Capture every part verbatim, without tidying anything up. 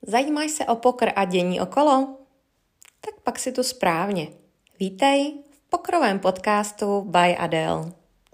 Zajímáš se o pokr a dění okolo? Tak pak si tu správně. Vítej v pokrovém podcastu by Adele.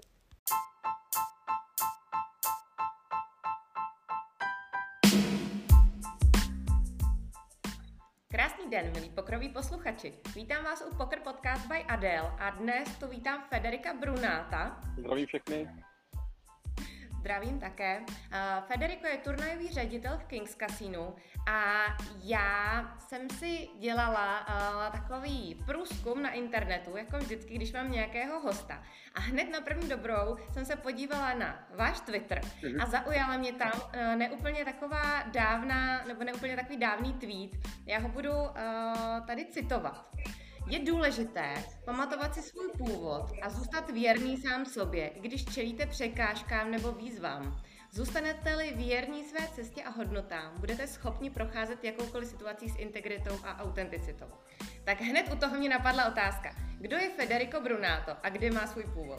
Krásný den, milí pokroví posluchači. Vítám vás u Poker Podcast by Adele a dnes tu vítám Federika Brunáta. Zdravím všechny. Zdravím také. Federico je turnajový ředitel v Kings Casinu a já jsem si dělala takový průzkum na internetu, jako vždycky, když mám nějakého hosta. A hned na první dobrou jsem se podívala na váš Twitter a zaujala mě tam neúplně taková dávná, nebo neúplně takový dávný tweet. Já ho budu tady citovat. Je důležité pamatovat si svůj původ a zůstat věrný sám sobě, když čelíte překážkám nebo výzvám. Zůstanete-li věrní své cestě a hodnotám, budete schopni procházet jakoukoliv situací s integritou a autenticitou. Tak hned u toho mě napadla otázka. Kdo je Federico Brunato a kde má svůj původ?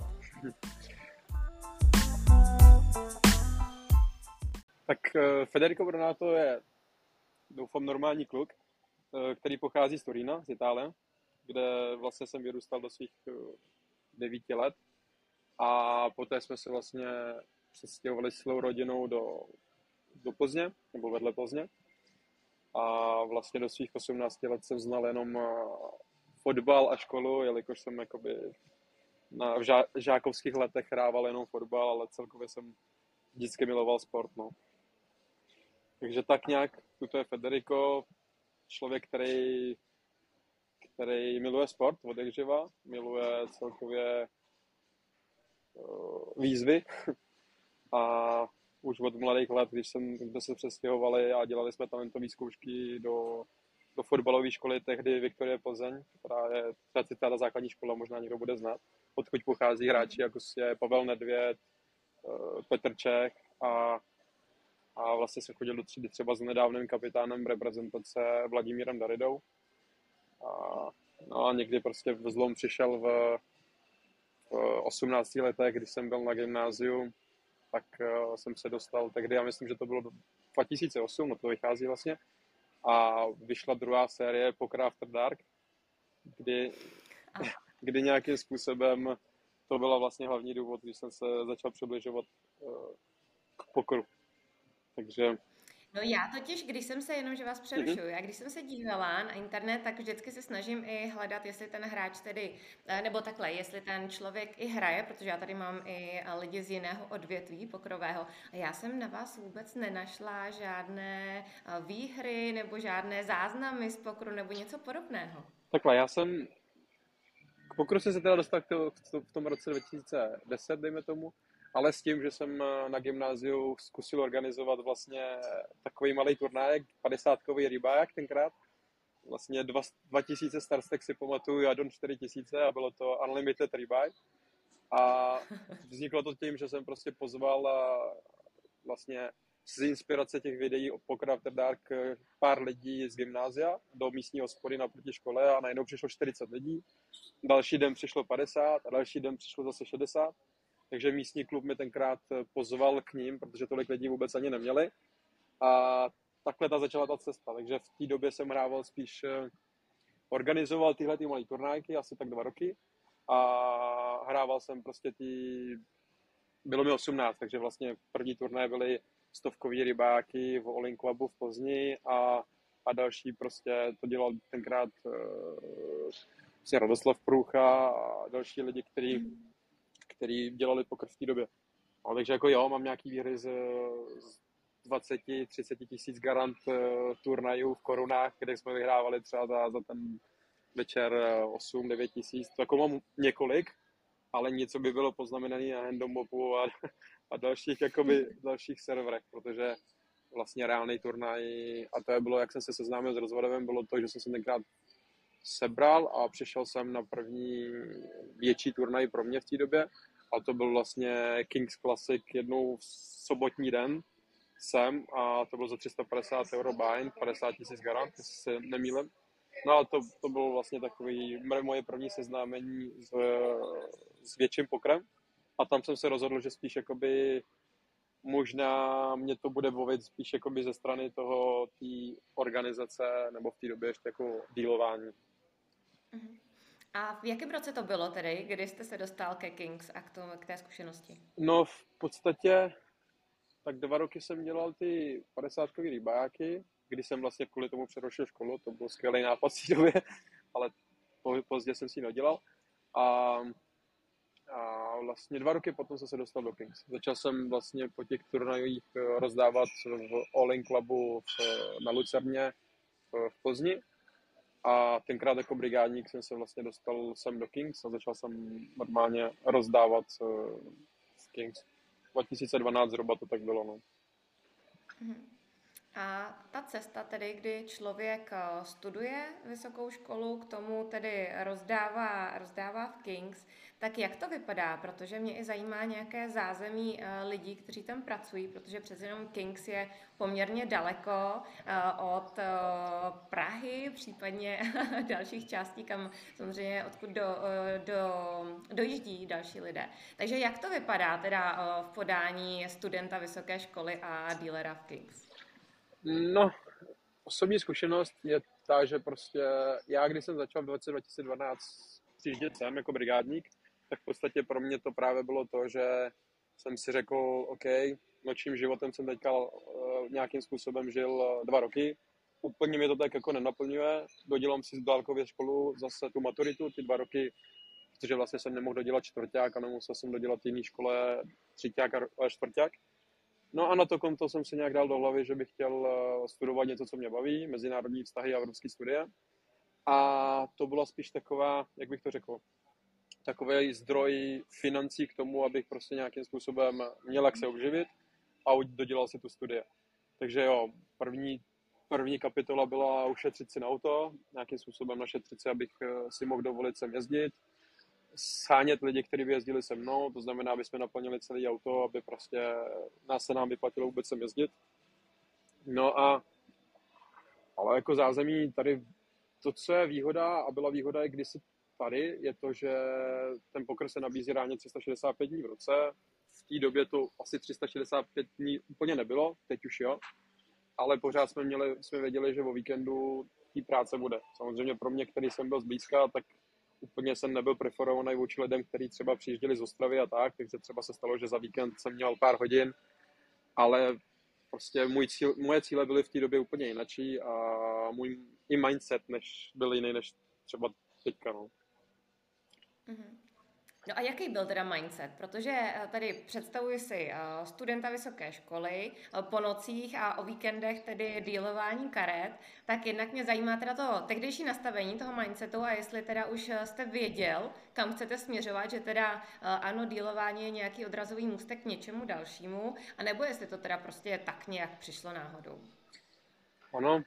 Tak Federico Brunato je, doufám, normální kluk, který pochází z Turína, z Itálie, kde vlastně jsem vyrůstal do svých devíti let a poté jsme se vlastně přestěhovali s celou rodinou do, do Plzně, nebo vedle Plzně a vlastně do svých osmnácti let jsem znal jenom fotbal a školu, jelikož jsem jakoby na, v žá, žákovských letech hrával jenom fotbal, ale celkově jsem vždycky miloval sport, no. Takže tak nějak, tuto je Federico, člověk, který který miluje sport od jakživa, miluje celkově uh, výzvy a už od mladých let, když jsem, jsme se přestěhovali a dělali jsme talentové zkoušky do, do fotbalové školy, tehdy Viktorie Plzeň, která je třicátá základní škola, možná někdo bude znát, odkud pochází hráči, jako je Pavel Nedvěd, uh, Petr Čech a, a vlastně jsem chodil do třídy třeba s nedávným kapitánem reprezentace Vladimírem Daridou. A, no a někdy prostě v zlom přišel v, v osmnácti letech, když jsem byl na gymnáziu, tak uh, jsem se dostal tehdy, já myslím, že to bylo dva tisíce osm, no to vychází vlastně, a vyšla druhá série Poker After Dark, kdy, kdy nějakým způsobem to byla vlastně hlavní důvod, když jsem se začal přibližovat uh, k pokeru. Takže No já totiž, když jsem se, jenom že vás přerušuju, já když jsem se dívala na internet, tak vždycky se snažím i hledat, jestli ten hráč tedy, nebo takhle, jestli ten člověk i hraje, protože já tady mám i lidi z jiného odvětví pokrového a já jsem na vás vůbec nenašla žádné výhry nebo žádné záznamy z pokru nebo něco podobného. Takhle, já jsem k pokru jsem se teda dostal v tom roce dva tisíce deset, dejme tomu, ale s tím, že jsem na gymnáziu zkusil organizovat vlastně takový malý turnaj, padesátkový rybák tenkrát. Vlastně dva, dva tisíce starstek si pamatuju, já don čtyři tisíce a bylo to Unlimited rybák. A vzniklo to tím, že jsem prostě pozval vlastně z inspirace těch videí o Poker After Dark pár lidí z gymnázia do místní hospody naproti škole a najednou přišlo čtyřicet lidí. Další den přišlo padesát a další den přišlo zase šedesát. Takže místní klub mi tenkrát pozval k ním, protože tolik lidí vůbec ani neměli. A takhle ta začala ta cesta. Takže v té době jsem hrával spíš, organizoval tyhle ty malé turnajky, asi tak dva roky. A hrával jsem prostě ty, bylo mi osmnáct, takže vlastně první turnaje byly stovkový rybáky v All In Clubu v Plzni a, a další prostě to dělal tenkrát uh, Radoslav Průcha a další lidi, kteří který dělali poker v té době. No, takže jako jo, mám nějaký výhry z, z dvacet třicet tisíc garant uh, turnajů v korunách, kde jsme vyhrávali třeba za, za ten večer osm devět tisíc. To jako mám několik, ale něco by bylo poznamenané na Handomobu a, a dalších, jakoby, dalších serverech, protože vlastně reálný turnaj, a to je bylo, jak jsem se seznámil s Rozvodovem, bylo to, že jsem se tenkrát sebral a přišel jsem na první větší turnaj pro mě v té době a to byl vlastně Kings Classic jednou v sobotní den sem a to bylo za tři sta padesát euro bind, padesát tisíc garant, jestli se nemýlím. No a to, to bylo vlastně takový moje první seznámení s, s větším pokrem a tam jsem se rozhodl, že spíš jakoby možná mě to bude bavit spíš jakoby ze strany toho, té organizace, nebo v té době ještě jako dealování. Mhm. A v jakém roce to bylo tedy, kdy jste se dostal ke Kings a k, tomu, k té zkušenosti? No v podstatě tak dva roky jsem dělal ty padesátkový rýbáky, kdy jsem vlastně kvůli tomu přerušil školu, to byl skvělý nápad v té době, ale pozdě jsem si ji nedělal. A, a vlastně dva roky potom jsem se dostal do Kings. Začal jsem vlastně po těch turnajích rozdávat v All In Clubu v, na Lucerně v, v Plzni. A tenkrát jako brigádník jsem se vlastně dostal sem do Kings a začal jsem normálně rozdávat v Kings. dva tisíce dvanáct zhruba to tak bylo, no. A ta cesta tedy, kdy člověk studuje vysokou školu, k tomu tedy rozdává, rozdává v Kings, tak jak to vypadá? Protože mě i zajímá nějaké zázemí lidí, kteří tam pracují, protože přece jenom Kings je poměrně daleko od Prahy, případně dalších částí, kam samozřejmě odkud do, do, dojíždí další lidé. Takže jak to vypadá teda v podání studenta vysoké školy a dealera v Kings? No, osobní zkušenost je ta, že prostě já, když jsem začal v roce dva tisíce dvanáct přijíždět sem jako brigádník, tak v podstatě pro mě to právě bylo to, že jsem si řekl, OK, nočním životem jsem teďka uh, nějakým způsobem žil dva roky, úplně mě to tak jako nenaplňuje, dodělám si z dálkově školu zase tu maturitu, ty dva roky, protože vlastně jsem nemohl dodělat čtvrťák a nemusel jsem dodělat v jiné škole třeťák a čtvrťák. No a na to konto jsem si nějak dal do hlavy, že bych chtěl studovat něco, co mě baví, mezinárodní vztahy a evropské studie. A to byla spíš taková, jak bych to řekl, takový zdroj financí k tomu, abych prostě nějakým způsobem měl jak se obživit a dodělal si tu studie. Takže jo, první, první kapitola byla ušetřit si na auto, nějakým způsobem našetřit si, abych si mohl dovolit sem jezdit, shánět lidi, kteří by jezdili se mnou, to znamená, aby jsme naplnili celé auto, aby prostě nás se nám vyplatilo vůbec sem jezdit. No a ale jako zázemí tady to, co je výhoda a byla výhoda i kdysi tady, je to, že ten poker se nabízí reálně tři sta šedesát pět dní v roce. V té době to asi tři sta šedesát pět dní úplně nebylo, teď už jo, ale pořád jsme, měli, jsme věděli, že o víkendu té práce bude. Samozřejmě pro mě, který jsem byl zblízka, tak úplně jsem nebyl preferovaný vůči lidem, kteří třeba přijížděli z Ostravy a tak, takže třeba se stalo, že za víkend jsem měl pár hodin, ale prostě můj cíl, moje cíle byly v té době úplně jinačí a můj i mindset než, byl jiný než třeba teďka. No. Mm-hmm. No a jaký byl teda mindset? Protože tady představuji si studenta vysoké školy po nocích a o víkendech tedy dealování karet, tak jednak mě zajímá teda to tehdejší nastavení toho mindsetu a jestli teda už jste věděl, kam chcete směřovat, že teda ano, dealování je nějaký odrazový můstek k něčemu dalšímu, anebo jestli to teda prostě tak nějak přišlo náhodou? Ono,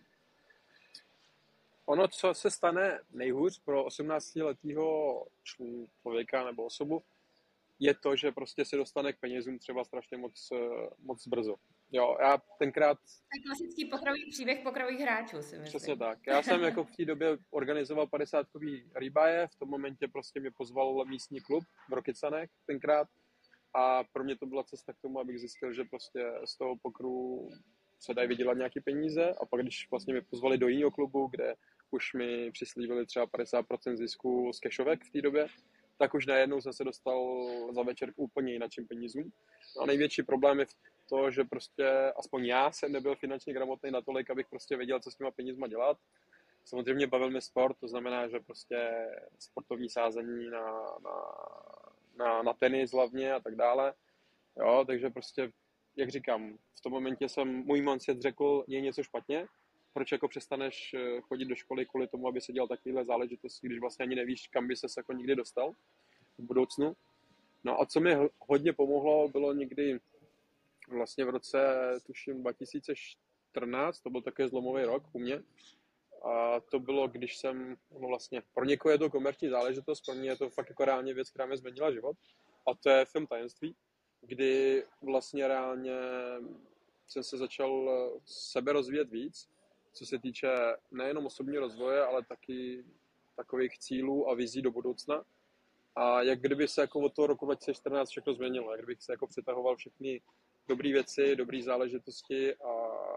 Ono, co se stane nejhůř pro osmnáctiletého člověka nebo osobu, je to, že prostě se dostane k penězům třeba strašně moc, moc brzo. Jo, já tenkrát... To je klasický pokrový příběh pokrových hráčů, si myslím. Přesně tak. Já jsem jako v té době organizoval padesátkový rýbaje, v tom momentě prostě mě pozval místní klub v Rokycanech tenkrát a pro mě to byla cesta k tomu, abych zjistil, že prostě z toho pokru se dají vydělat nějaké peníze a pak když vlastně mě pozvali do jiného klubu, kde už mi přislíbili třeba padesát procent zisku z cashovek v té době, tak už najednou jsem se dostal za večer k úplně jiným penízům. No a největší problém je v to, že prostě aspoň já jsem nebyl finančně gramotný natolik, abych prostě věděl, co s těma penězma dělat. Samozřejmě bavil mě sport, to znamená, že prostě sportovní sázení na, na, na, na tenis hlavně a tak dále. Jo, takže prostě, jak říkám, v tom momentě jsem můj mindset řekl, je něco špatně, proč jako přestaneš chodit do školy kvůli tomu, aby se dělal takovýhle záležitosti, když vlastně ani nevíš, kam by ses jako nikdy dostal v budoucnu. No a co mi hodně pomohlo, bylo někdy vlastně v roce, tuším, dva tisíce čtrnáct, to byl takový zlomový rok u mě. A to bylo, když jsem, no vlastně, pro někoho je to komerční záležitost, pro mě je to fakt jako reálně věc, která mi změnila život. A to je film Tajemství, kdy vlastně reálně jsem se začal sebe rozvíjet víc, co se týče nejenom osobního rozvoje, ale taky takových cílů a vizí do budoucna. A jak kdyby se jako od toho roku dva tisíce čtrnáct všechno změnilo, jak kdybych se jako přitahoval všechny dobrý věci, dobrý záležitosti a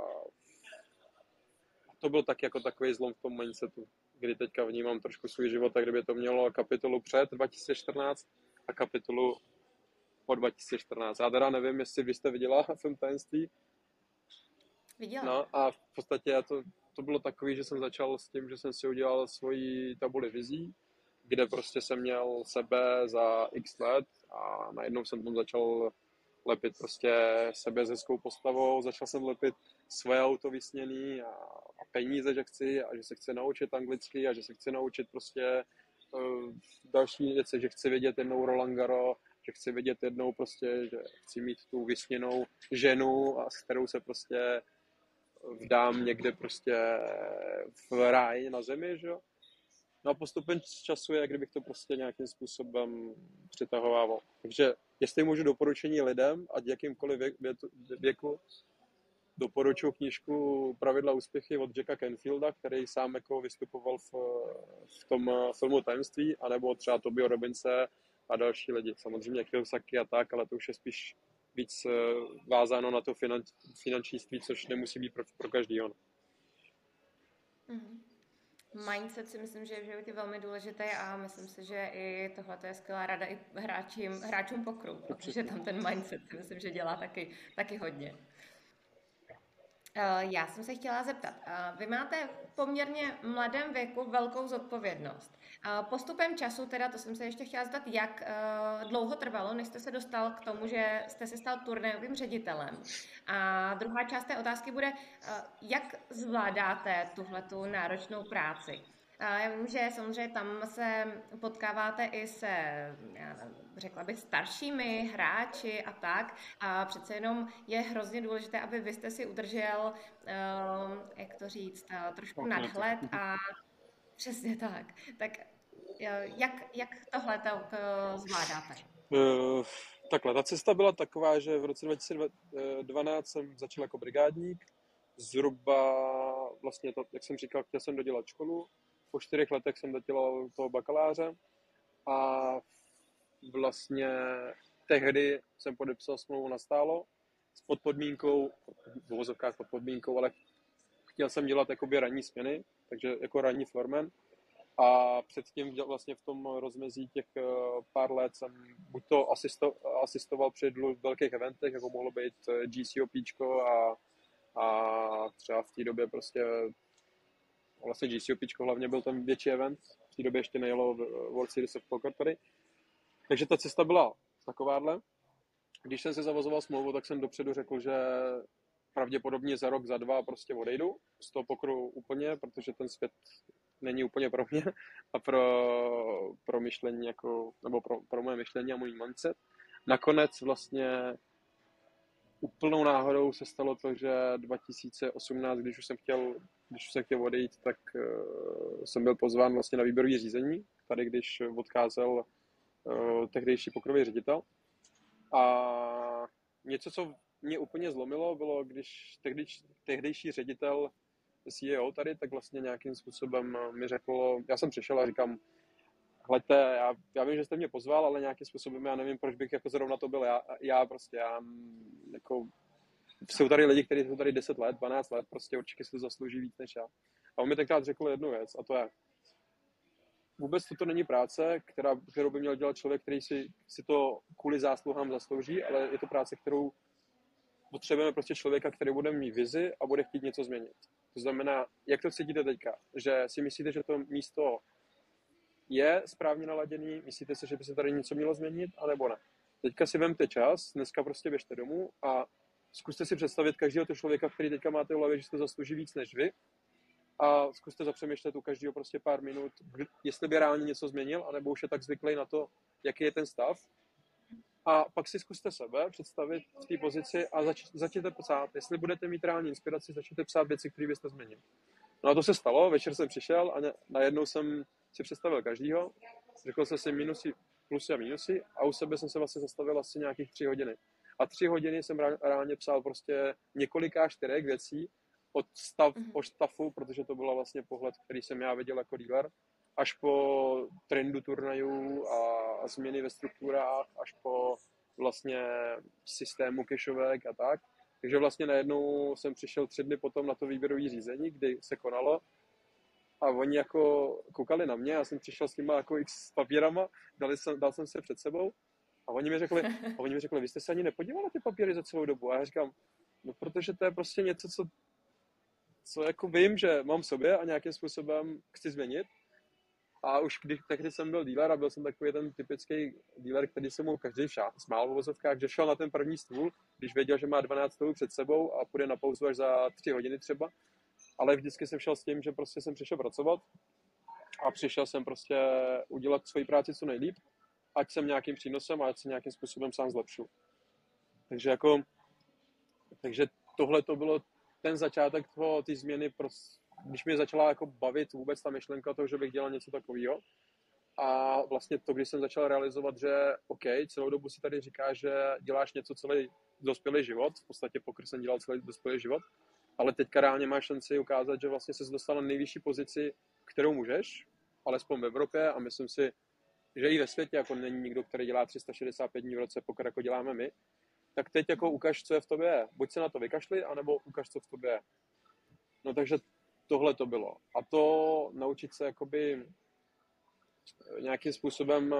to byl tak jako takový zlom v tom mindsetu, kdy teďka vnímám trošku svůj život, tak kdyby to mělo kapitolu před dva tisíce čtrnáct a kapitolu po dva tisíce čtrnáct. Já teda nevím, jestli vy jste viděla film Tajemství. Viděla. No a v podstatě to, to bylo takový, že jsem začal s tím, že jsem si udělal svoji tabuli vizí, kde prostě jsem měl sebe za x let a najednou jsem tam začal lepit prostě sebe s hezkou postavou, začal jsem lepit svoje auto vysněný a, a peníze, že chci a že se chci naučit anglicky a že se chci naučit prostě uh, další věci, že chci vidět jednou Roland Garros, že chci vidět jednou prostě, že chci mít tu vysněnou ženu, a s kterou se prostě vdám někde prostě v ráji na zemi, že jo. No a postupem času je, kdybych to prostě nějakým způsobem přitahovával. Takže jestli můžu doporučení lidem, ať jakýmkoliv věk, věku, doporučuji knížku Pravidla úspěchy od Jacka Canfielda, který sám jako vystupoval v, v tom filmu Tajemství, anebo třeba Tobio Robinse a další lidi. Samozřejmě Kiyosaki a tak, ale to už je spíš víc vázáno na to finan, finančnictví, což nemusí být pro, pro každýho. Mm-hmm. Mindset si myslím, že je v životě velmi důležitý a myslím si, že i tohle je skvělá rada i hráčím, hráčům pokru, protože tam ten mindset si myslím, že dělá taky, taky hodně. Já jsem se chtěla zeptat, vy máte v poměrně mladém věku velkou zodpovědnost. Postupem času, teda to jsem se ještě chtěla zeptat, jak dlouho trvalo, než jste se dostal k tomu, že jste se stal turnajovým ředitelem. A druhá část té otázky bude, jak zvládáte tuhletu náročnou práci. Já vím, že samozřejmě tam se potkáváte i se, řekla bych, staršími hráči a tak. A přece jenom je hrozně důležité, aby vy jste si udržel, jak to říct, trošku nadhled a přesně tak. Tak jak, jak tohle to zvládáte? Uh, takhle, ta cesta byla taková, že v roce dva tisíce dvanáct jsem začal jako brigádník. Zhruba vlastně to, jak jsem říkal, chtěl jsem dodělat školu. Po čtyřech letech jsem dodělal toho bakaláře a vlastně tehdy jsem podepsal smlouvu na stálo s podpodmínkou, v uvozovkách pod podmínkou, ale chtěl jsem dělat jakoby ranní směny, takže jako ranní floorman. A předtím vlastně v tom rozmezí těch pár let jsem buď to asisto, asistoval při velkých eventech, jako mohlo být G C O Pčko a, a třeba v té době prostě vlastně G C O Pčko hlavně byl ten větší event, v té době ještě nejelo World Series of Poker tady. Takže ta cesta byla takováhle. Když jsem se zavazoval smlouvu, tak jsem dopředu řekl, že pravděpodobně za rok, za dva prostě odejdu z toho pokru úplně, protože ten svět není úplně pro mě a pro, pro myšlení, jako, nebo pro, pro moje myšlení a můj mindset. Nakonec vlastně úplnou náhodou se stalo to, že dva tisíce osmnáct, když už jsem chtěl, když už jsem chtěl odejít, tak uh, jsem byl pozván vlastně na výběrové řízení, tady když odcházel uh, tehdejší pokrový ředitel. A něco, co mě úplně zlomilo, bylo, když tehdejší, tehdejší ředitel C E O tady, tak vlastně nějakým způsobem mi řekl, já jsem přišel a říkám, hleďte, já, já vím, že jste mě pozval, ale nějakým způsobem já nevím, proč bych jako zrovna to byl já, já prostě, já jako, jsou tady lidi, kteří jsou tady deset let, dvanáct let, prostě určitě si to zaslouží víc než já. A on mi tenkrát řekl jednu věc, a to je, vůbec toto není práce, která, kterou by měl dělat člověk, který si, si to kvůli zásluhám zaslouží, ale je to práce, kterou potřebujeme prostě člověka, který bude mít vizi a bude chtít něco změnit. To znamená, jak to cítíte teďka? Že si myslíte, že to místo je správně naladěný? Myslíte si, že by se tady něco mělo změnit, anebo ne? Teďka si vemte čas, dneska prostě běžte domů a zkuste si představit každého toho člověka, který teďka máte v hlavě, že se to zaslouží víc než vy. A zkuste zapřemýšlet u každého prostě pár minut, jestli by reálně něco změnil, anebo už je tak zvyklý na to, jaký je ten stav. A pak si zkuste sebe představit v té pozici a zač- začněte psát. Jestli budete mít reální inspiraci, začněte psát věci, které byste změnili. No a to se stalo, večer jsem přišel a najednou jsem si představil každýho, řekl jsem si minusy, plusy a minusy a u sebe jsem se vlastně zastavil asi nějakých tři hodiny. A tři hodiny jsem reálně psal prostě několika čtyřek věcí od, stav, od stavu, protože to byl vlastně pohled, který jsem já viděl jako dealer, až po trendu turnajů a změny ve strukturách, až po vlastně systému kešovek a tak. Takže vlastně najednou jsem přišel tři dny potom na to výběrové řízení, kdy se konalo a oni jako koukali na mě, já jsem přišel s těma jako x papírama, dali jsem, dal jsem se před sebou a oni mi řekli, a oni mi řekli, vy jste se ani nepodíval na ty papíry za celou dobu. A já říkám, no protože to je prostě něco, co, co jako vím, že mám v sobě a nějakým způsobem chci změnit. A už když tehdy jsem byl dealer a byl jsem takový ten typický dealer, který se mu každý smál v uvozovkách, že šel na ten první stůl, když věděl, že má dvanáct stolů před sebou a půjde na pauzu až za tři hodiny třeba. Ale vždycky jsem šel s tím, že prostě jsem přišel pracovat a přišel jsem prostě udělat svoji práci co nejlíp, ať jsem nějakým přínosem a ať se nějakým způsobem sám zlepšu. Takže jako, takže tohle to bylo ten začátek toho, ty změny, prostě, když mě začala jako bavit vůbec ta myšlenka toho, že bych dělal něco takového. A vlastně to, když jsem začal realizovat, že OK, celou dobu si tady říkáš, že děláš něco celý dospělý život, v podstatě pokr jsem dělal celý dospělý život, ale teďka reálně máš šanci ukázat, že vlastně se dostal na nejvyšší pozici, kterou můžeš, alespoň v Evropě a myslím si, že i ve světě, jako není nikdo, který dělá tři sta šedesát pět dní v roce pokr, jako děláme my, tak teď jako ukaž, co je v tobě je. Buď se na to vykašli, anebo ukaž, co v tobě je. No takže tohle to bylo. A to naučit se jakoby nějakým způsobem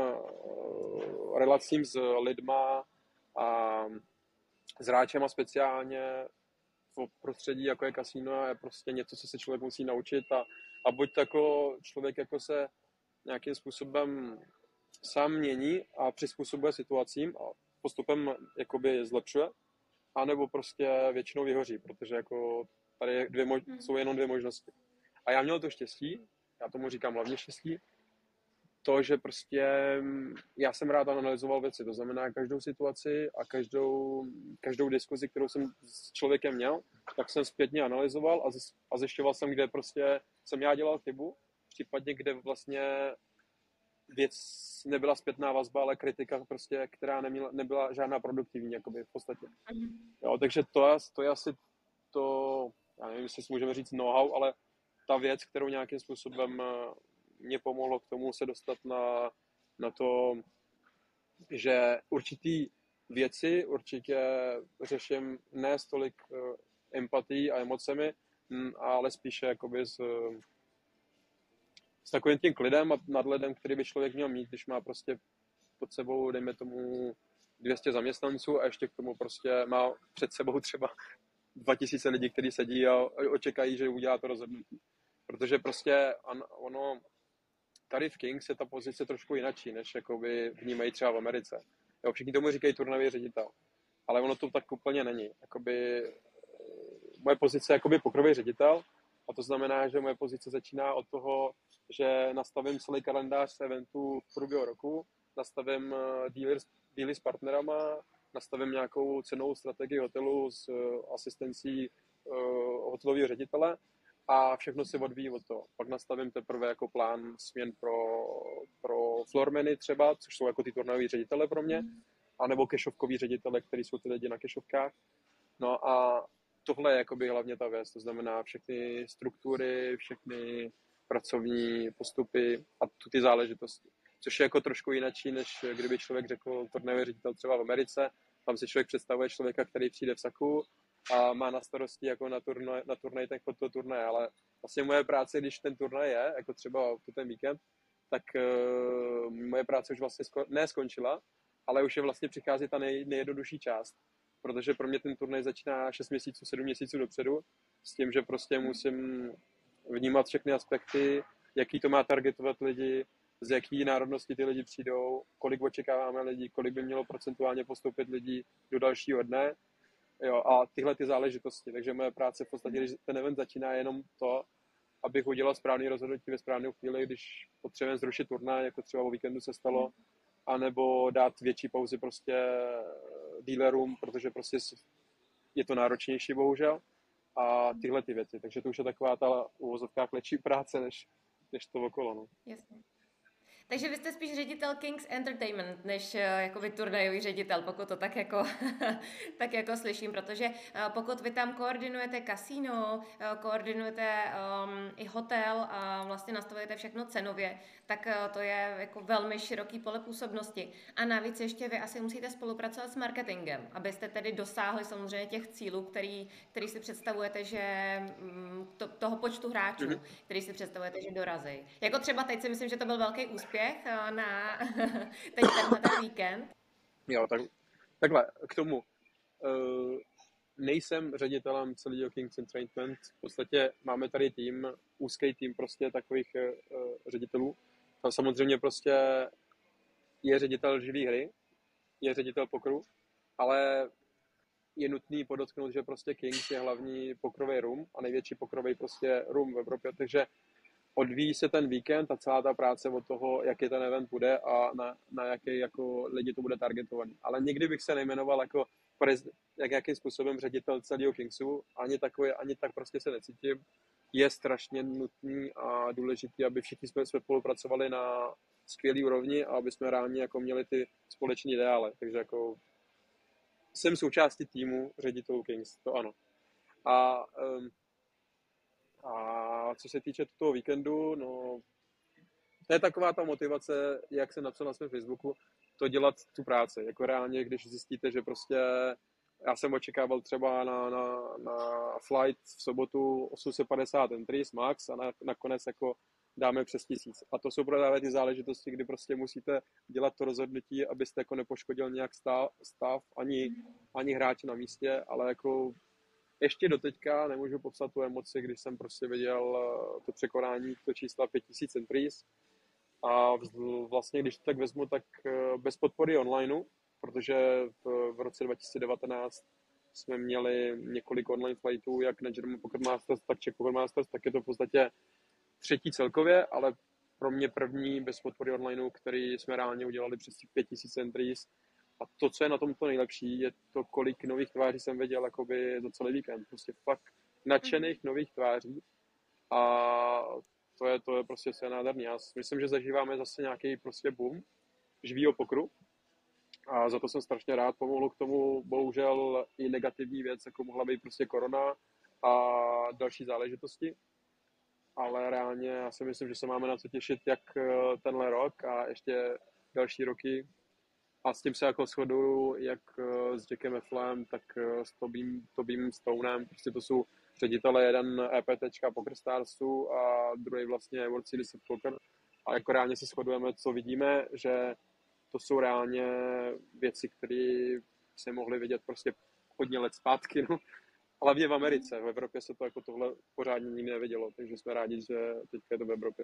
relacím s lidma a s hráčema speciálně v prostředí, jako je kasino, je prostě něco, co se člověk musí naučit a, a buď jako člověk jako se nějakým způsobem sám mění a přizpůsobuje situacím a postupem jakoby zlepšuje, anebo prostě většinou vyhoří, protože jako tady je dvě mož- jsou jenom dvě možnosti. A já měl to štěstí, já tomu říkám hlavně štěstí, to, že prostě já jsem rád analyzoval věci, to znamená každou situaci a každou, každou diskuzi, kterou jsem s člověkem měl, tak jsem zpětně analyzoval a, z, a zjišťoval jsem, kde prostě jsem já dělal chybu, případně kde vlastně věc nebyla zpětná vazba, ale kritika prostě, která neměla, nebyla žádná produktivní, jakoby v podstatě. Jo, takže to, to je asi to, já nevím, jestli můžeme říct know-how, ale ta věc, kterou nějakým způsobem mě pomohlo k tomu se dostat na, na to, že určitý věci určitě řeším ne s tolik empatií a emocemi, ale spíše jakoby s, s takovým tím klidem a nadhledem, který by člověk měl mít, když má prostě pod sebou, dejme tomu, dvě stě zaměstnanců a ještě k tomu prostě má před sebou třeba dva tisíce lidí, kteří sedí a očekají, že udělá to rozhodnutí. Protože prostě ono, tady v Kings je ta pozice trošku jinačí, než jakoby vnímají třeba v Americe. Jo, všichni tomu říkají turnajový ředitel, ale ono to tak úplně není. Jakoby, moje pozice je jakoby pokrový ředitel a to znamená, že moje pozice začíná od toho, že nastavím celý kalendář eventů v průběhu roku, nastavím dealy, dealy s partnerama, nastavím nějakou cenovou strategii hotelu s asistencí uh, hotelového ředitele a všechno se odvíjí od toho. Pak nastavím teprve jako plán směn pro, pro floormany třeba, což jsou jako ty turnajoví ředitele pro mě, anebo kešovkoví ředitele, kteří jsou ty lidi na kešovkách. No a tohle je jakoby hlavně ta věc, to znamená všechny struktury, všechny pracovní postupy a tu ty záležitosti. Což je jako trošku jinačí, než kdyby člověk řekl turnajový ředitel třeba v Americe. Tam si člověk představuje člověka, který přijde v saku a má na starosti jako na turnaj, na turnaj ten chod toho turnaje, ale vlastně moje práce, když ten turnaj je, jako třeba ten víkend, tak uh, moje práce už vlastně sko- ne skončila, ale už je vlastně přichází ta nej, nejjednodušší část, protože pro mě ten turnaj začíná šest měsíců, sedm měsíců dopředu, s tím, že prostě musím vnímat všechny aspekty, jaký to má targetovat lidi, z jaký národnosti ty lidi přijdou, kolik očekáváme lidí, kolik by mělo procentuálně postoupit lidí do dalšího dne. Jo, a tyhle ty záležitosti. Takže moje práce v podstatě, když ten event začíná, je jenom to, abych udělal správný rozhodnutí ve správnou chvíli, když potřebujeme zrušit turnaj, jako třeba o víkendu se stalo, anebo dát větší pauzy prostě dealerům, protože prostě je to náročnější, bohužel. A tyhle ty věci. Takže to už je taková ta uvozovkách lepší práce, než, než to okolo. No. Jasně. Takže vy jste spíš ředitel Kings Entertainment, než uh, jakoby turnajový ředitel, pokud to tak jako, tak jako slyším, protože uh, pokud vy tam koordinujete kasíno, uh, koordinujete um, i hotel a vlastně nastavujete všechno cenově, tak uh, to je jako velmi široký pole působnosti. A navíc ještě vy asi musíte spolupracovat s marketingem, abyste tedy dosáhli samozřejmě těch cílů, který, který si představujete, že um, to, toho počtu hráčů, Mhm. který si představujete, že dorazí. Jako třeba teď si myslím, že to byl velký úspěch na teď tenhle ten víkend. Jo, tak, takhle, k tomu. Uh, nejsem ředitelem celého Kings Entertainment. V podstatě máme tady tým, úzký tým prostě takových uh, ředitelů. Tam samozřejmě prostě je ředitel živý hry, je ředitel pokeru, ale je nutný podotknout, že prostě Kings je hlavní pokrový room a největší pokrový prostě room v Evropě, takže odvíjí se ten víkend a celá ta práce od toho, jaký ten event bude a na, na jaký jako lidi to bude targetovaný. Ale nikdy bych se nejmenoval jako prez, jak, jakým způsobem ředitel celého Kingsu, ani takový, ani tak prostě se necítím. Je strašně nutný a důležitý, aby všichni jsme spolupracovali na skvělý úrovni a aby jsme reálně jako měli ty společné ideály. Takže jako jsem součástí týmu ředitelů Kings, to ano. A um, A co se týče toho víkendu, no, to je taková ta motivace, jak jsem napsal na svém Facebooku, to dělat tu práci. Jako reálně, když zjistíte, že prostě já jsem očekával třeba na, na, na flight v sobotu osm set padesát entries max a na, nakonec jako dáme přes tisíc. A to jsou právě ty záležitosti, kdy prostě musíte dělat to rozhodnutí, abyste jako nepoškodil nějak stav, stav ani, ani hráče na místě, ale jako ještě doteďka nemůžu popsat tu emoci, když jsem prostě viděl to překonání, to čísla pět tisíc entries. A vlastně, když to tak vezmu, tak bez podpory onlineu, protože v, v roce dva tisíce devatenáct jsme měli několik online flightů, jak na German Poker Masters, tak Czech Poker Masters, tak je to v podstatě třetí celkově, ale pro mě první bez podpory onlineu, který jsme reálně udělali přes pět tisíc entries. A to, co je na tom to nejlepší, je to, kolik nových tváří jsem viděl jakoby za celý víkend. Prostě fakt nadšených nových tváří. A to je, to je prostě co je nádherný. Já myslím, že zažíváme zase nějaký prostě boom živýho pokru. A za to jsem strašně rád. Pomohlo k tomu bohužel i negativní věc, jako mohla být prostě korona a další záležitosti. Ale reálně já si myslím, že se máme na co těšit jak tenhle rok a ještě další roky. A s tím se jako shoduju jak s Jackem Eflem, tak s Tobím, Tobím Stonem. Prostě to jsou ředitele, jeden EPTčka PokerStarsu a druhý vlastně World Series of Poker. A jako reálně se shodujeme, co vidíme, že to jsou reálně věci, které se mohly vidět prostě hodně let zpátky. No. Hlavně v Americe. V Evropě se to jako tohle pořádně nikdy nevidělo, takže jsme rádi, že teďka je to v Evropě.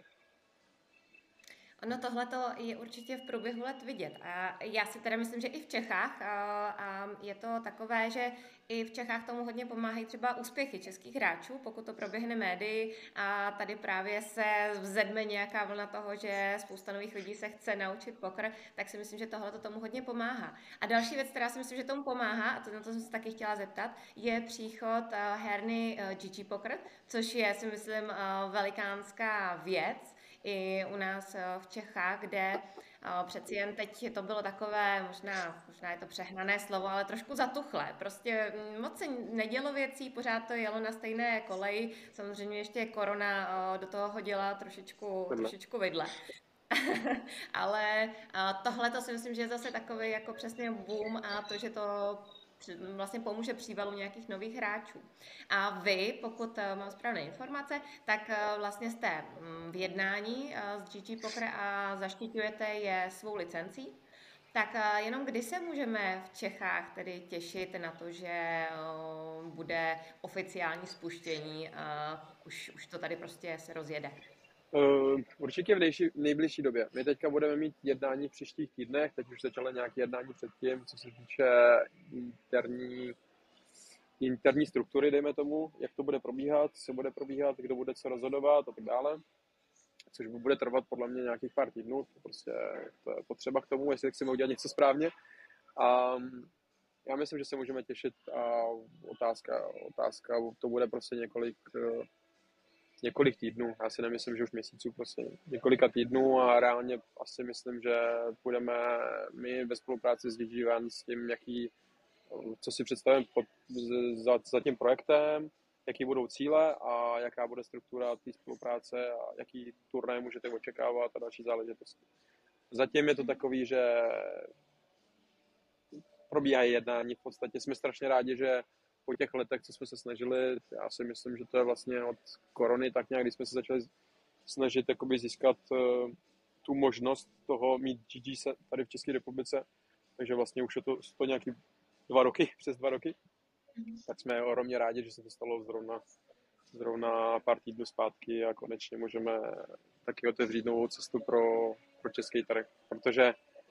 Ono tohle je určitě v průběhu let vidět. A já si teda myslím, že i v Čechách a, a je to takové, že i v Čechách tomu hodně pomáhají třeba úspěchy českých hráčů, pokud to proběhne médii a tady právě se vzedme nějaká vlna toho, že spousta nových lidí se chce naučit poker, tak si myslím, že tohle to tomu hodně pomáhá. A další věc, která si myslím, že tomu pomáhá, a to, na to jsem se taky chtěla zeptat, je příchod uh, herny uh, G G Poker, což je, si myslím, uh, velikánská věc, i u nás v Čechách, kde přeci jen teď to bylo takové, možná, možná je to přehnané slovo, ale trošku zatuchlé. Prostě moc se nedělo věcí, pořád to jelo na stejné koleji. Samozřejmě ještě korona do toho hodila trošičku, trošičku vidle. Ale tohle to si myslím, že je zase takový jako přesně boom a to, že to vlastně pomůže přívalu nějakých nových hráčů. A vy, pokud mám správné informace, tak vlastně jste v jednání s G G Poker a zaštiťujete je svou licencí. Tak jenom kdy se můžeme v Čechách tedy těšit na to, že bude oficiální spuštění a už, už to tady prostě se rozjede? Uh, určitě v nejši, nejbližší době. My teďka budeme mít jednání v příštích týdnech, teď už začaly nějaké jednání předtím, co se týče interní, interní struktury, dejme tomu, jak to bude probíhat, co bude probíhat, kdo bude co rozhodovat a tak dále, což bude trvat podle mě nějakých pár týdnů, to prostě to je potřeba k tomu, jestli chceme udělat něco správně. A já myslím, že se můžeme těšit a otázka, otázka to bude prostě několik několik týdnů, já si nemyslím, že už měsíců, prostě několika týdnů a reálně asi myslím, že budeme my ve spolupráci s D G One s tím, jaký, co si představím pod, za, za tím projektem, jaký budou cíle a jaká bude struktura té spolupráce a jaký turnaj můžete očekávat a další záležitosti. Zatím je to takový, že probíhají jednání, v podstatě jsme strašně rádi, že po těch letech, co jsme se snažili, já si myslím, že to je vlastně od korony, tak nějak, když jsme se začali snažit jakoby získat uh, tu možnost toho mít G G se tady v České republice, takže vlastně už je to, to nějaký dva roky, přes dva roky, tak jsme ohromně rádi, že se to stalo zrovna, zrovna pár týdnů zpátky a konečně můžeme taky otevřít novou cestu pro, pro český trh, protože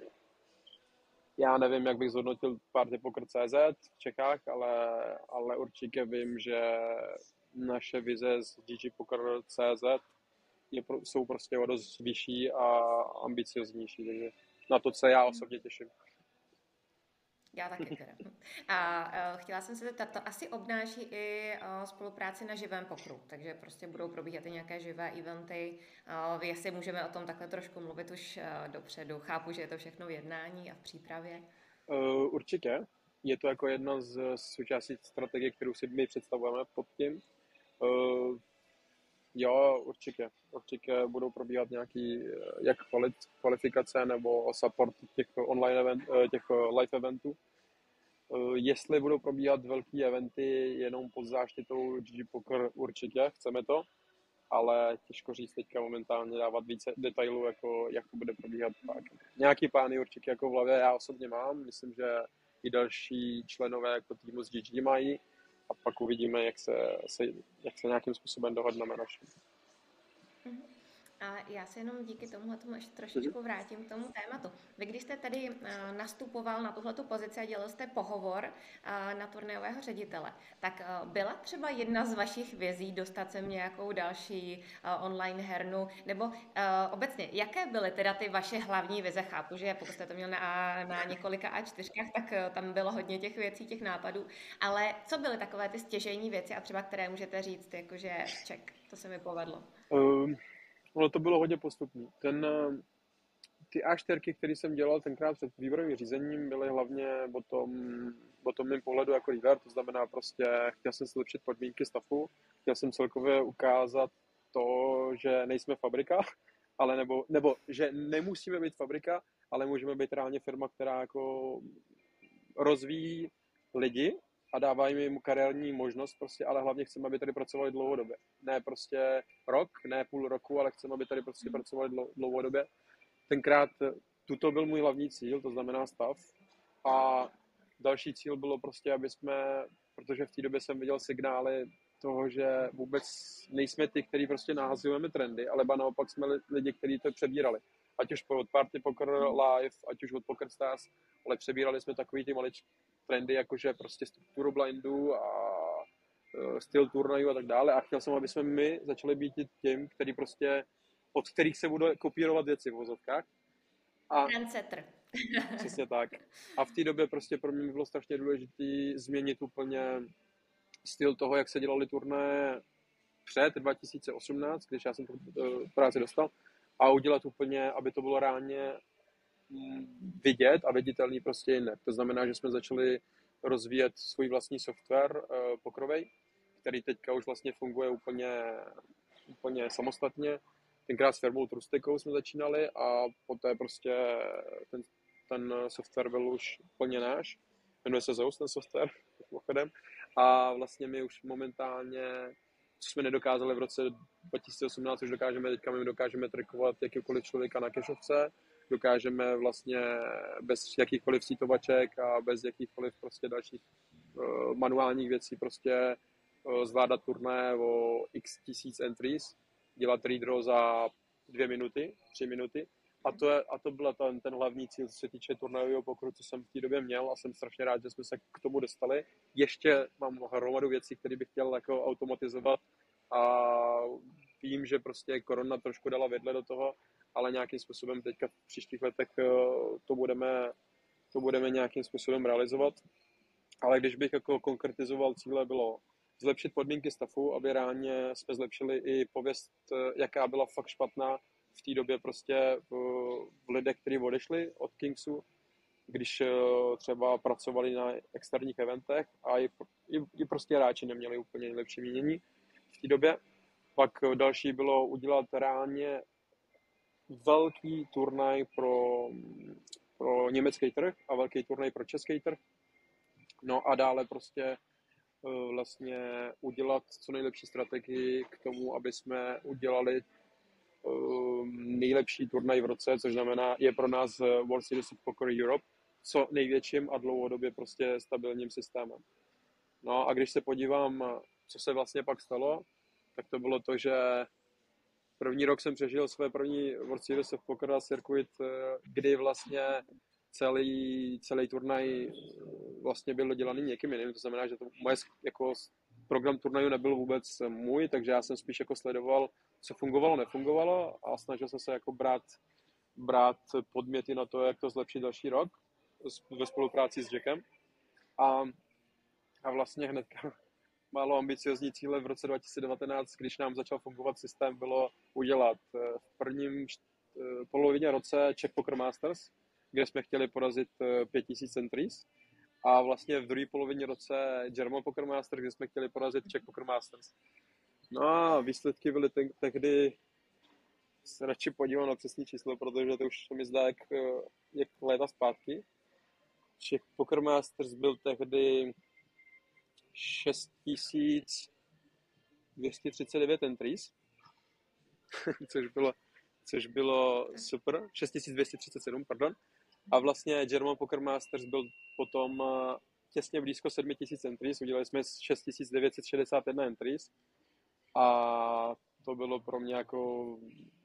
já nevím, jak bych zhodnotil partypoker tečka cé zet v Čechách, ale, ale určitě vím, že naše vize z G G Poker tečka cé zet je, jsou prostě o dost vyšší a ambicioznější, takže na to se já osobně těším. Já taky teda. A uh, chtěla jsem se zeptat, to asi obnáší i uh, spolupráci na živém pokru, takže prostě budou probíhat i nějaké živé eventy. Uh, jestli můžeme o tom takhle trošku mluvit už uh, dopředu. Chápu, že je to všechno v jednání a v přípravě. Uh, určitě. Je to jako jedna z součástí strategie, kterou si my představujeme pod tím. Uh, jo, určitě. Určitě budou probíhat nějaký jak kvalifikace nebo support těch online event, těch live eventů. Jestli budou probíhat velký eventy jenom pod záštitou G G Poker, určitě, chceme to, ale těžko říct teďka momentálně dávat více detailů, jako jak to bude probíhat. Tak. Nějaký plány určitě jako v hlavě já osobně mám, myslím, že i další členové jako týmu z G G mají a pak uvidíme, jak se, se, jak se nějakým způsobem dohodneme našim. A já se jenom díky tomuhle tomu ještě trošičku vrátím k tomu tématu. Vy, když jste tady uh, nastupoval na tuhletu pozici a dělal jste pohovor uh, na turnajového ředitele, tak uh, byla třeba jedna z vašich vizí dostat sem nějakou další uh, online hernu, nebo uh, obecně, jaké byly teda ty vaše hlavní vize? Chápu, že pokud jste to měl na, na několika á čtyřkách, tak uh, tam bylo hodně těch věcí, těch nápadů, ale co byly takové ty stěžejní věci a třeba které můžete říct, jakože ček, to se mi povedlo? Um. No to bylo hodně postupný. Ten, ty á čtyřky, které jsem dělal tenkrát před výběrovým řízením, byly hlavně o tom, o tom mým pohledu jako líder, to znamená prostě chtěl jsem zlepšit podmínky stavu, chtěl jsem celkově ukázat to, že nejsme fabrika, ale nebo, nebo že nemusíme být fabrika, ale můžeme být reálně firma, která jako rozvíjí lidi a dává jim kariérní možnost, prostě, ale hlavně chceme, aby tady pracovali dlouhodobě. Ne prostě rok, ne půl roku, ale chceme, aby tady prostě pracovali dlouhodobě. Tenkrát tuto byl můj hlavní cíl, to znamená stav. A další cíl bylo prostě, aby jsme, protože v té době jsem viděl signály toho, že vůbec nejsme ty, kteří prostě nahazujeme trendy, ale ba naopak jsme lidi, kteří to přebírali. Ať už od Party Poker Live, ať už od PokerStars, ale přebírali jsme takový ty malič trendy, jakože prostě strukturu blindu a styl turnajů a tak dále. A chtěl jsem, aby jsme my začali být tím, který prostě, od kterých se bude kopírovat věci v vozovkách. A trendsetter. Přesně tak. A v té době prostě pro mě bylo strašně důležité změnit úplně styl toho, jak se dělali turnaje před dva tisíce osmnáct, když já jsem tu práci dostal, a udělat úplně, aby to bylo reálně vidět a viditelný prostě jinak. To znamená, že jsme začali rozvíjet svůj vlastní software uh, pokrovej, který teďka už vlastně funguje úplně, úplně samostatně. Tenkrát s firmou Trustikou jsme začínali a poté prostě ten, ten software byl už úplně náš. Jmenuje se Zeus ten software, pochodem. A vlastně my už momentálně, co jsme nedokázali v roce dva tisíce osmnáct, už dokážeme, teďka my dokážeme trackovat jakýkoliv člověka na kešovce, dokážeme vlastně bez jakýchkoliv sítovaček a bez jakýchkoliv prostě dalších uh, manuálních věcí prostě uh, zvládat turné o x tisíc entries, dělat redraw za dvě minuty, tři minuty. A to, je, a to byl ten, ten hlavní cíl, co se týče turnajového pokeru, co jsem v té době měl a jsem strašně rád, že jsme se k tomu dostali. Ještě mám hromadu věcí, které bych chtěl jako automatizovat a vím, že prostě korona trošku dala vedle do toho, ale nějakým způsobem teďka v příštích letech to budeme, to budeme nějakým způsobem realizovat. Ale když bych jako konkretizoval cíle, bylo zlepšit podmínky staffu, aby reálně jsme zlepšili i pověst, jaká byla fakt špatná v té době prostě v, v lidech, kteří odešli od Kingsu, když třeba pracovali na externích eventech a i, i, i prostě hráči neměli úplně nejlepší mínění v té době. Pak další bylo udělat reálně velký turnaj pro, pro německý trh a velký turnaj pro český trh. No a dále prostě vlastně udělat co nejlepší strategii k tomu, aby jsme udělali nejlepší turnaj v roce, což znamená, je pro nás World Series of Poker Europe co největším a dlouhodobě prostě stabilním systémem. No a když se podívám, co se vlastně pak stalo, tak to bylo to, že první rok jsem přežil své první World Series of Poker Circuit, kdy vlastně celý, celý turnaj vlastně byl dělaný někým jiným, to znamená, že to moje jako program turnaju nebyl vůbec můj, takže já jsem spíš jako sledoval, co fungovalo, nefungovalo a snažil jsem se jako brát, brát podměty na to, jak to zlepšit další rok ve spolupráci s Jackem. A, a vlastně hned málo ambiciozní cíle v roce dva tisíce devatenáct, když nám začal fungovat systém, bylo udělat v prvním polovině roce Czech Poker Masters, kde jsme chtěli porazit pět tisíc centuries. A vlastně v druhé polovině roce German Poker Masters, kde jsme chtěli porazit Czech Poker Masters. No a výsledky byly te- tehdy, se radši podívám na přesné číslo, protože to už mi zdá jak, jak léta zpátky. Czech Poker Masters byl tehdy šest tisíc dvě stě třicet devět entries, což bylo, což bylo super, šest tisíc dvě stě třicet sedm, pardon. A vlastně German Poker Masters byl potom těsně blízko sedm tisíc entries, udělali jsme šest tisíc devět set šedesát jedna entries a to bylo pro mě jako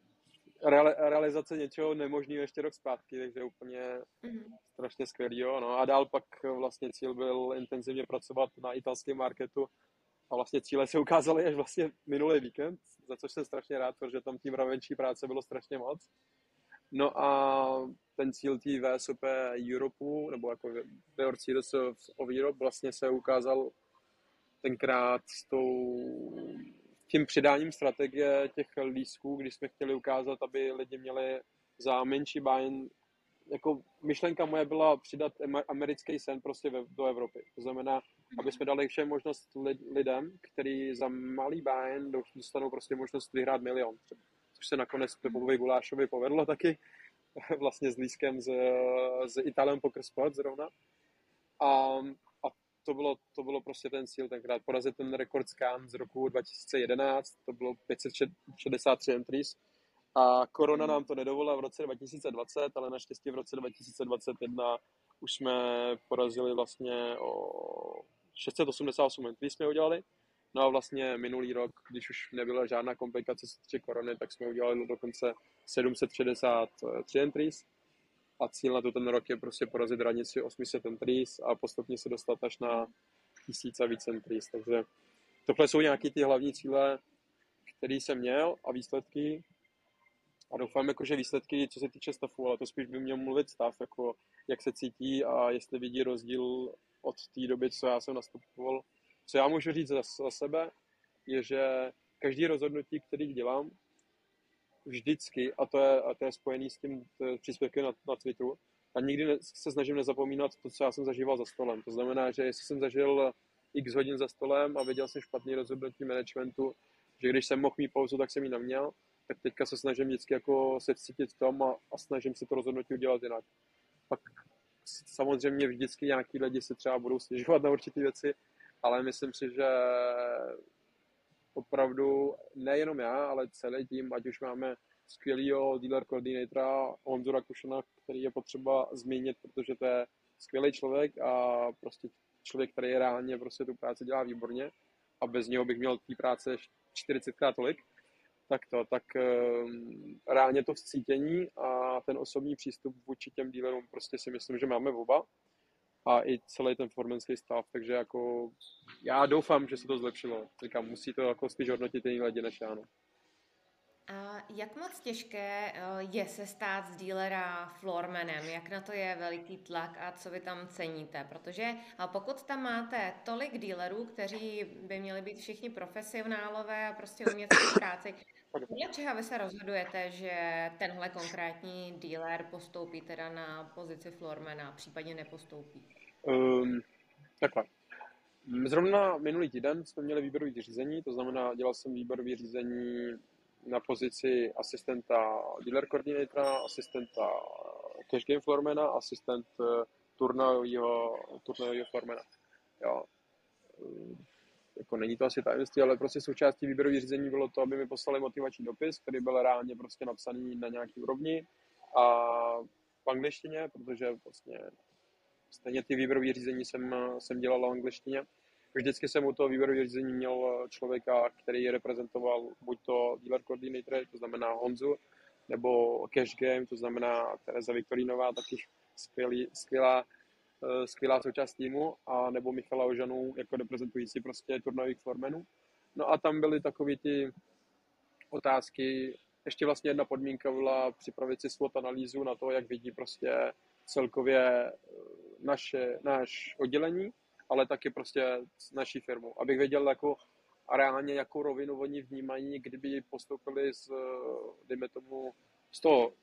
realizace něčeho nemožného ještě rok zpátky, takže úplně mm-hmm. strašně skvělýho. No a dál pak vlastně cíl byl intenzivně pracovat na italském marketu a vlastně cíle se ukázaly až vlastně minulý víkend, za což jsem strašně rád, protože tam tím mravenčí práce bylo strašně moc. No a ten cíl té V S O P Europeu, nebo jako World Series of, of Europe, vlastně se ukázal tenkrát s tou, tím přidáním strategie těch lístků, když jsme chtěli ukázat, aby lidi měli za menší buy-in. Jako myšlenka moje byla přidat americký sen prostě ve, do Evropy. To znamená, aby jsme dali všem možnost lidem, kteří za malý buy-in dostanou prostě možnost vyhrát milion. Což se nakonec Pepovi Gulášovi povedlo taky, vlastně s lístkem z, z Italian Poker Sport zrovna. A, a to, bylo, to bylo prostě ten cíl tenkrát, porazit ten rekord scan z roku dva tisíce jedenáct, to bylo pět set šedesát tři entries. A korona nám to nedovolila v roce dva tisíce dvacet, ale naštěstí v roce dva tisíce dvacet jedna už jsme porazili vlastně o šest set osmdesát osm entries jsme udělali. No a vlastně minulý rok, když už nebyla žádná komplikace se týče korony, tak jsme udělali dokonce sedm set šedesát tři entries. A cíl na to ten rok je prostě porazit hranici osm set entries a postupně se dostat až na tisíc a víc entries. Takže tohle jsou nějaký ty hlavní cíle, které jsem měl a výsledky. A doufám, jako, že výsledky, co se týče stavu, ale to spíš by měl mluvit stav, jako jak se cítí a jestli vidí rozdíl od té doby, co já jsem nastupoval. Co já můžu říct za, za sebe, je, že každý rozhodnutí, který dělám, vždycky, a to je, a to je spojený s tím příspěvkem na, na Twitteru, a nikdy ne, se snažím nezapomínat to, co já jsem zažíval za stolem. To znamená, že jestli jsem zažil x hodin za stolem a viděl jsem špatný rozhodnutí managementu, že když jsem mohl mít pauzu, tak jsem ji neměl, tak teďka se snažím vždycky jako se cítit v tom a, a snažím se to rozhodnutí udělat jinak. Pak samozřejmě vždycky nějaký lidi si třeba budou stěžovat na určité věci, ale myslím si, že opravdu nejenom já, ale celý tým, ať už máme skvělýho dealer koordinátora Honzu Rakušana, který je potřeba zmínit, protože to je skvělý člověk a prostě člověk, který reálně prostě tu práci dělá výborně a bez něho bych měl té práce čtyřicetkrát tolik, tak to, tak um, reálně to vzcítění a ten osobní přístup vůči těm dealerům prostě si myslím, že máme oba a i celý ten formenský stav, takže jako já doufám, že se to zlepšilo. Říkám, musí to jako spíš hodnotit jiný lidi než já. No. A jak moc těžké eh, je se stát z dílera floormanem? Jak na to je veliký tlak a co vy tam ceníte? Protože eh, pokud tam máte tolik dílerů, kteří by měli být všichni profesionálové a prostě umět svou práci, podle čeho vy se rozhodujete, že tenhle konkrétní díler postoupí teda na pozici floormana, případně nepostoupí? Um, takhle. Zrovna minulý týden jsme měli výběrové řízení, to znamená, dělal jsem výběrové řízení na pozici asistenta dealer coordinatora, asistenta cash game floormana, asistent eh, turnajového turnajového floormana. Jo. Eh, Jako není to asi tajemství, ale prostě součástí výběrového řízení bylo to, aby mi poslali motivační dopis, který byl reálně prostě napsaný na nějaký úrovni a v angličtině, protože vlastně stejně ty výběrové řízení jsem, jsem dělal v angličtině. Vždycky jsem u toho výběrového řízení měl člověka, který reprezentoval buď to dealer coordinator, to znamená Honzu, nebo cash game, to znamená Tereza Viktorínová, taky skvělý, skvělá, skvělá součást týmu, a nebo Michala Ožanu jako reprezentující prostě turnajových floormanů. No a tam byly takové ty otázky. Ještě vlastně jedna podmínka byla připravit si SWOT analýzu na to, jak vidí prostě celkově naše, náš oddělení, ale taky prostě naší firmu. Abych věděl jako a reálně, jakou rovinu oni vnímají, kdyby postoupili z, dejme tomu, z toho,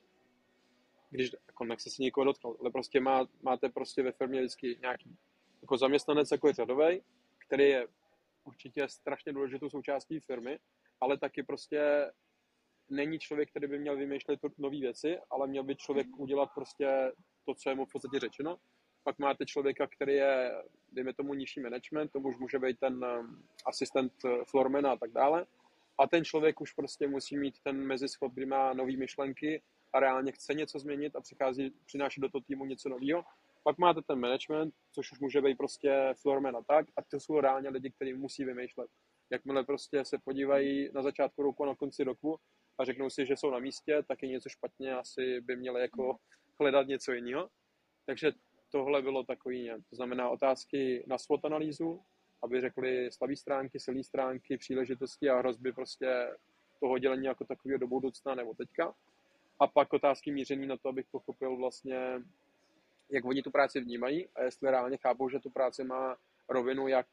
když, jako nechci se nikoho dotknout, ale prostě má, máte prostě ve firmě vždycky nějaký jako zaměstnanec, jako je řadovej, který je určitě strašně důležitou součástí firmy, ale taky prostě není člověk, který by měl vymýšlet nové věci, ale měl by člověk udělat prostě to, co je mu v podstatě řečeno. Pak máte člověka, který je, dejme tomu, nižší management, to už může být ten asistent floormana a tak dále. A ten člověk už prostě musí mít ten mezischod, kdy má nové myšlenky a reálně chce něco změnit a přichází, přináší do toho týmu něco nového. Pak máte ten management, což už může být prostě floorman a tak, a to jsou reálně lidi, kteří musí vymýšlet. Jakmile prostě se podívají na začátku roku a na konci roku a řeknou si, že jsou na místě, tak je něco špatně, asi by měli jako hledat něco jiného. Takže tohle bylo takový, to znamená otázky na SWOT analýzu, aby řekli slabé stránky, silné stránky, příležitosti a hrozby prostě toho dělení jako takového do budoucna nebo teďka. A pak otázky mířený na to, abych pochopil vlastně, jak oni tu práci vnímají a jestli reálně chápou, že tu práci má rovinu, jak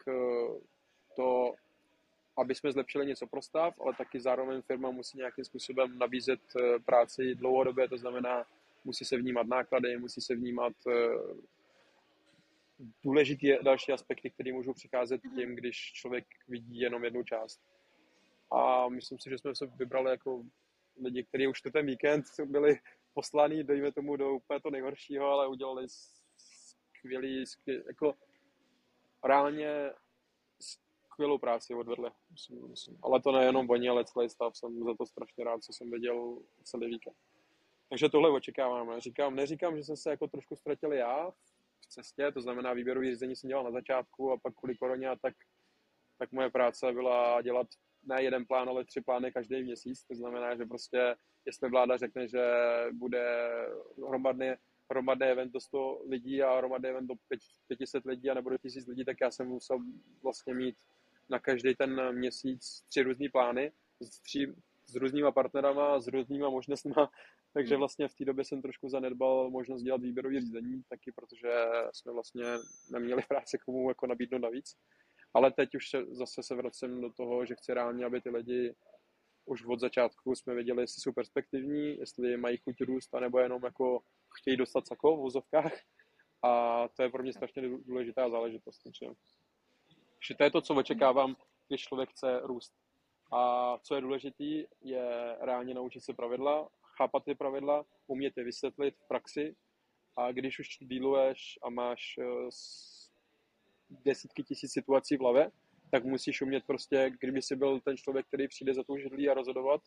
to, aby jsme zlepšili něco pro stav, ale taky zároveň firma musí nějakým způsobem nabízet práci dlouhodobě, to znamená, musí se vnímat náklady, musí se vnímat důležité další aspekty, které můžou přicházet tím, když člověk vidí jenom jednu část. A myslím si, že jsme se vybrali jako lidi, kteří už ten víkend byli poslaní, dejme tomu, do úplně to nejhoršího, ale udělali skvělý, skvělý jako reálně skvělou práci odvedli, myslím, myslím. Ale to nejenom oni, ale celý stav, jsem za to strašně rád, co jsem viděl celý víkend. Takže tohle očekáváme. Říkám, neříkám, že jsem se jako trošku ztratil já v cestě, to znamená výběrový řízení jsem dělal na začátku a pak kvůli koroně a tak, tak moje práce byla dělat ne jeden plán, ale tři plány každý měsíc. To znamená, že prostě, jestli vláda řekne, že bude hromadný, hromadný event do sto lidí a hromadný event do pět set lidí a nebo do tisíc lidí, tak já jsem musel vlastně mít na každý ten měsíc tři různý plány s, tři, s různýma partnerama, s různýma možnostma. Takže vlastně v té době jsem trošku zanedbal možnost dělat výběrový řízení, taky protože jsme vlastně neměli práci komu jako nabídnout navíc. Ale teď už se, zase se vracím do toho, že chci reálně, aby ty lidi už od začátku jsme věděli, jestli jsou perspektivní, jestli mají chuť růst, anebo jenom jako chtějí dostat sako v vozovkách. A to je pro mě strašně důležitá záležitost. Takže to je to, co očekávám, když člověk chce růst. A co je důležitý, je reálně naučit se pravidla, chápat ty pravidla, umět je vysvětlit v praxi. A když už dealuješ a máš desítky tisíc situací v hlavě, tak musíš umět prostě, kdyby si byl ten člověk, který přijde za tou židlí a rozhodovat,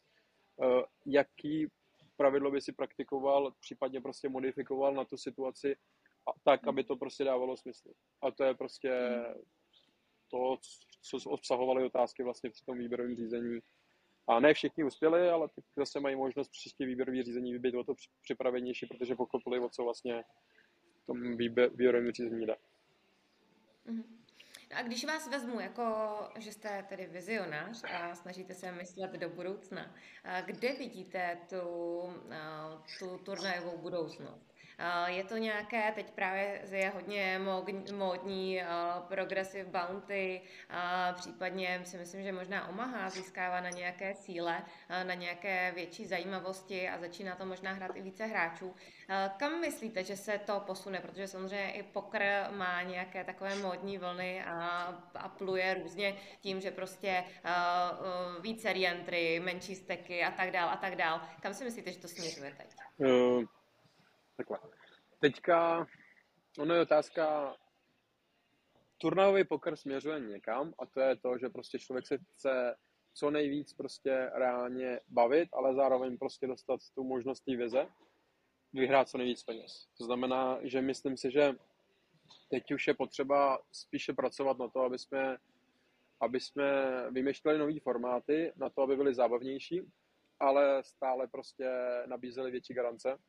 jaký pravidlo by si praktikoval, případně prostě modifikoval na tu situaci tak, aby to prostě dávalo smysl. A to je prostě to, co obsahovaly otázky vlastně při tom výběrovém řízení. A ne všichni uspěli, ale teď zase mají možnost příští výběrový řízení být o to připravenější, protože pochopili, o co vlastně v tom výběrovém řízení jde. Mm-hmm. A když vás vezmu, jako že jste tedy vizionář a snažíte se myslet do budoucna, a kde vidíte tu, a, tu turnajovou budoucnost? A je to nějaké, teď právě je hodně móg- módní a, progressive bounty, a případně si myslím, že možná Omaha získává na nějaké síle, a, na nějaké větší zajímavosti a začíná to možná hrát i více hráčů. Eh, Kam myslíte, že se to posune? Protože samozřejmě i poker má nějaké takové módní vlny a, a pluje různě tím, že prostě uh, uh, více reentry, menší steky a tak dál a tak dál. Kam si myslíte, že to směřuje teď? Uh, takhle. Teďka, ono je otázka, turnajový poker směřuje někam a to je to, že prostě člověk se chce co nejvíc prostě reálně bavit, ale zároveň prostě dostat tu možnost té vize, vyhrát co nejvíc peněz. To znamená, že myslím si, že teď už je potřeba spíše pracovat na to, aby jsme, aby jsme vymýšleli nové formáty, na to, aby byly zábavnější, ale stále prostě nabízely větší garance.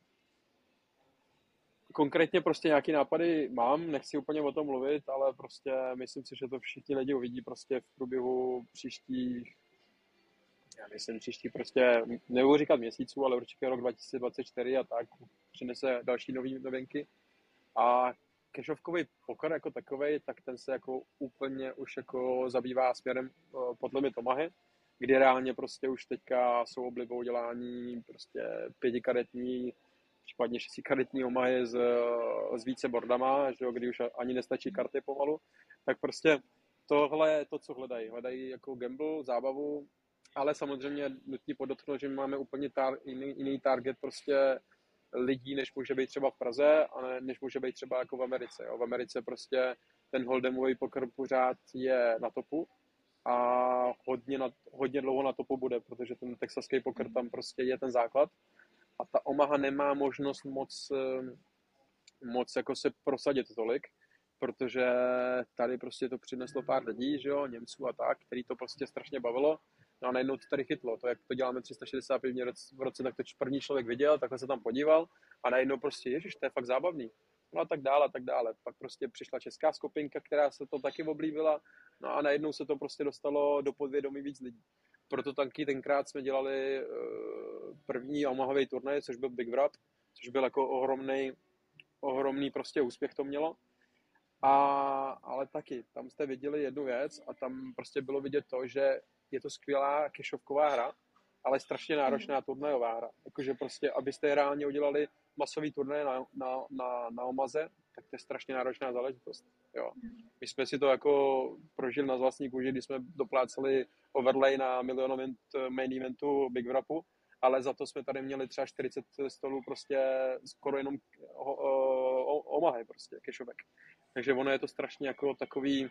Konkrétně prostě nějaký nápady mám, nechci úplně o tom mluvit, ale prostě myslím si, že to všichni lidi uvidí prostě v průběhu příštích, já myslím příštích prostě, nebudu říkat měsíců, ale určitě rok dva tisíce dvacet čtyři a tak přinese další nový novinky. A cashovkový poker jako takovej, tak ten se jako úplně už jako zabývá směrem pod limit Omahy, kdy reálně prostě už teďka jsou oblibou dělání prostě pětikaretní, případně šestikaretní Omahy s, s více bordama, že jo, kdy už ani nestačí karty pomalu, tak prostě tohle je to, co hledají. Hledají jako gamble, zábavu, ale samozřejmě nutně podotknout, že my máme úplně tar- jiný, jiný target prostě lidí, než může být třeba v Praze a ne, než může být třeba jako v Americe. Jo. V Americe prostě ten holdemový poker pořád je na topu a hodně, na, hodně dlouho na topu bude, protože ten texaský poker tam prostě je ten základ a ta Omaha nemá možnost moc, moc jako se prosadit tolik, protože tady prostě to přineslo pár lidí, že jo, Němců a tak, který to prostě strašně bavilo. No a najednou to tady chytlo. To, jak to děláme tři sta šedesát pět dní v roce, tak to první člověk viděl, takhle se tam podíval a najednou prostě, ježiš, to je fakt zábavný. No a tak dále, a tak dále. Pak prostě přišla česká skupinka, která se to taky oblíbila, no a najednou se to prostě dostalo do podvědomí víc lidí. Proto taky tenkrát jsme dělali uh, první Omahový turnaj, což byl Big Wrap, což byl jako ohromný, ohromný prostě úspěch to mělo. A, ale taky, tam jste viděli jednu věc a tam prostě bylo vidět to, že je to skvělá cashovková hra, ale strašně náročná turnajová hra. Jakože prostě, abyste reálně udělali masový turnaj na, na, na, na Omaze, tak to je strašně náročná záležitost. Jo. My jsme si to jako prožili na vlastní kůži, když jsme dopláceli overlay na milionovém main eventu Big Wrapu, ale za to jsme tady měli třeba čtyřicet stolů prostě skoro jenom Omahy prostě, cashovek. Takže ono je to strašně jako takový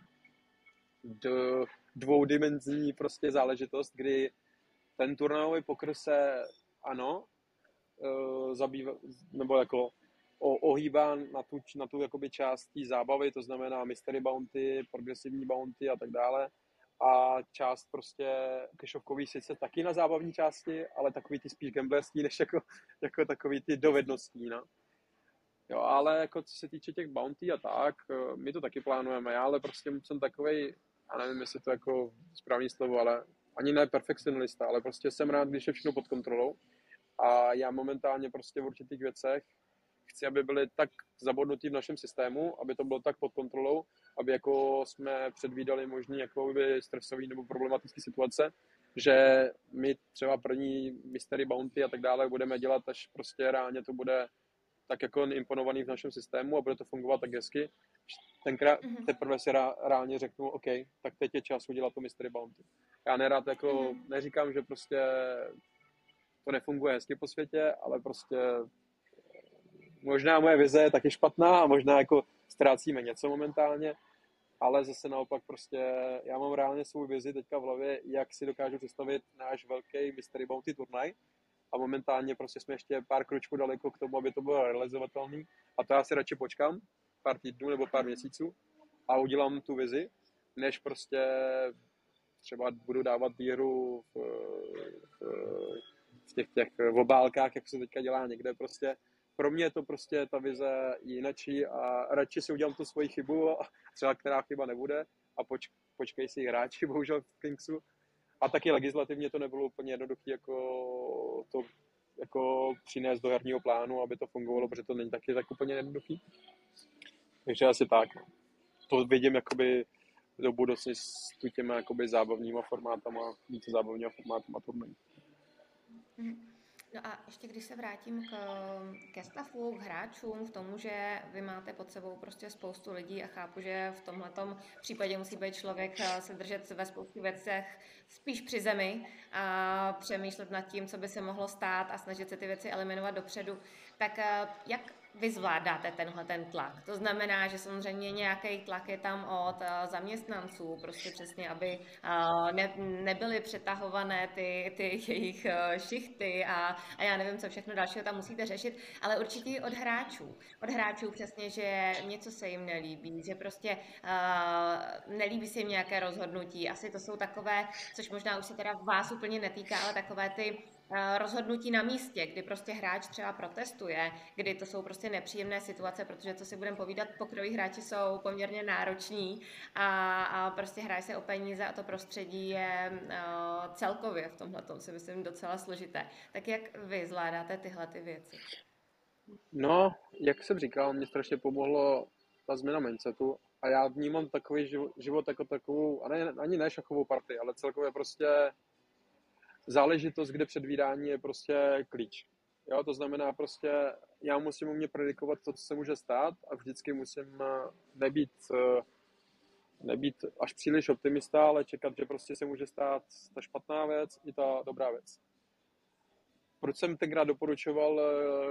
dvoudimenzní prostě záležitost, kdy ten turnajový poker se, ano, zabývá, nebo jako ohýbá na tu, na tu jakoby část té zábavy, to znamená mystery bounty, progresivní bounty a tak dále. A část prostě cashovkový sice taky na zábavní části, ale takový ty spíš gamblerský, než jako, jako takový ty dovednostní, no. Jo, ale jako co se týče těch bounty a tak, my to taky plánujeme, já ale prostě jsem takovej, já nevím, jestli to jako správný slovo, ale ani ne perfekcionalista, ale prostě jsem rád, když je všechno pod kontrolou a já momentálně prostě v určitých věcech chci, aby byly tak zabodnutý v našem systému, aby to bylo tak pod kontrolou, aby jako jsme předvídali možný jako by stresový nebo problematické situace, že my třeba první mystery bounty a tak dále budeme dělat, až prostě reálně to bude tak jako imponovaný v našem systému a bude to fungovat tak hezky. Tenkrát mm-hmm. teprve si rá, reálně řeknu, OK, tak teď je čas udělat to mystery bounty. Já nerád jako, mm-hmm. neříkám, že prostě to nefunguje hezky po světě, ale prostě možná moje vize je taky špatná a možná jako ztrácíme něco momentálně, ale zase naopak prostě já mám reálně svou vizi teďka v hlavě, jak si dokážu představit náš velký mystery bounty turnaj a momentálně prostě jsme ještě pár kručků daleko k tomu, aby to bylo realizovatelný a to já si radši počkám pár týdnů nebo pár měsíců a udělám tu vizi, než prostě třeba budu dávat výhru v, v, v těch, těch obálkách, jak se teďka dělá někde prostě. Pro mě je to prostě ta vize jinačí a radši si udělám tu svoji chybu, třeba která chyba nebude, a poč, počkej si hráči, bohužel v Kingsu. A taky legislativně to nebylo úplně jednoduché jako to jako přinést do herního plánu, aby to fungovalo, protože to není taky tak úplně jednoduchý. Takže asi tak. No. To vidím jakoby do budoucna s těma jakoby zábavníma formátama, více zábavníma formátama turnají. No a ještě když se vrátím k, ke stavu, k hráčům, k tomu, že vy máte pod sebou prostě spoustu lidí a chápu, že v tomhletom případě musí být člověk se držet ve spoustu věcech spíš při zemi a přemýšlet nad tím, co by se mohlo stát a snažit se ty věci eliminovat dopředu, tak jak vy zvládáte tenhle ten tlak? To znamená, že samozřejmě nějaký tlak je tam od zaměstnanců, prostě přesně, aby ne, nebyly přetahované ty, ty jejich šichty a, a já nevím, co všechno dalšího tam musíte řešit, ale určitě i od hráčů. Od hráčů přesně, že něco se jim nelíbí, že prostě uh, nelíbí se jim nějaké rozhodnutí. Asi to jsou takové, což možná už se teda vás úplně netýká, ale takové ty rozhodnutí na místě, kdy prostě hráč třeba protestuje, kdy to jsou prostě nepříjemné situace, protože co si budeme povídat, pokroví hráči jsou poměrně nároční a, a prostě hraje se o peníze a to prostředí je uh, celkově v tomhletom si myslím docela složité. Tak jak vy zvládáte tyhle ty věci? No, jak jsem říkal, mě strašně pomohlo ta změna mindsetu a já vnímám takový život, život jako takovou, a ne, ani ne šachovou partii, ale celkově prostě záležitost, kde předvídání je prostě klíč. Jo, to znamená prostě, já musím umět predikovat to, co se může stát a vždycky musím nebýt, nebýt až příliš optimista, ale čekat, že prostě se může stát ta špatná věc i ta dobrá věc. Proč jsem tenkrát doporučoval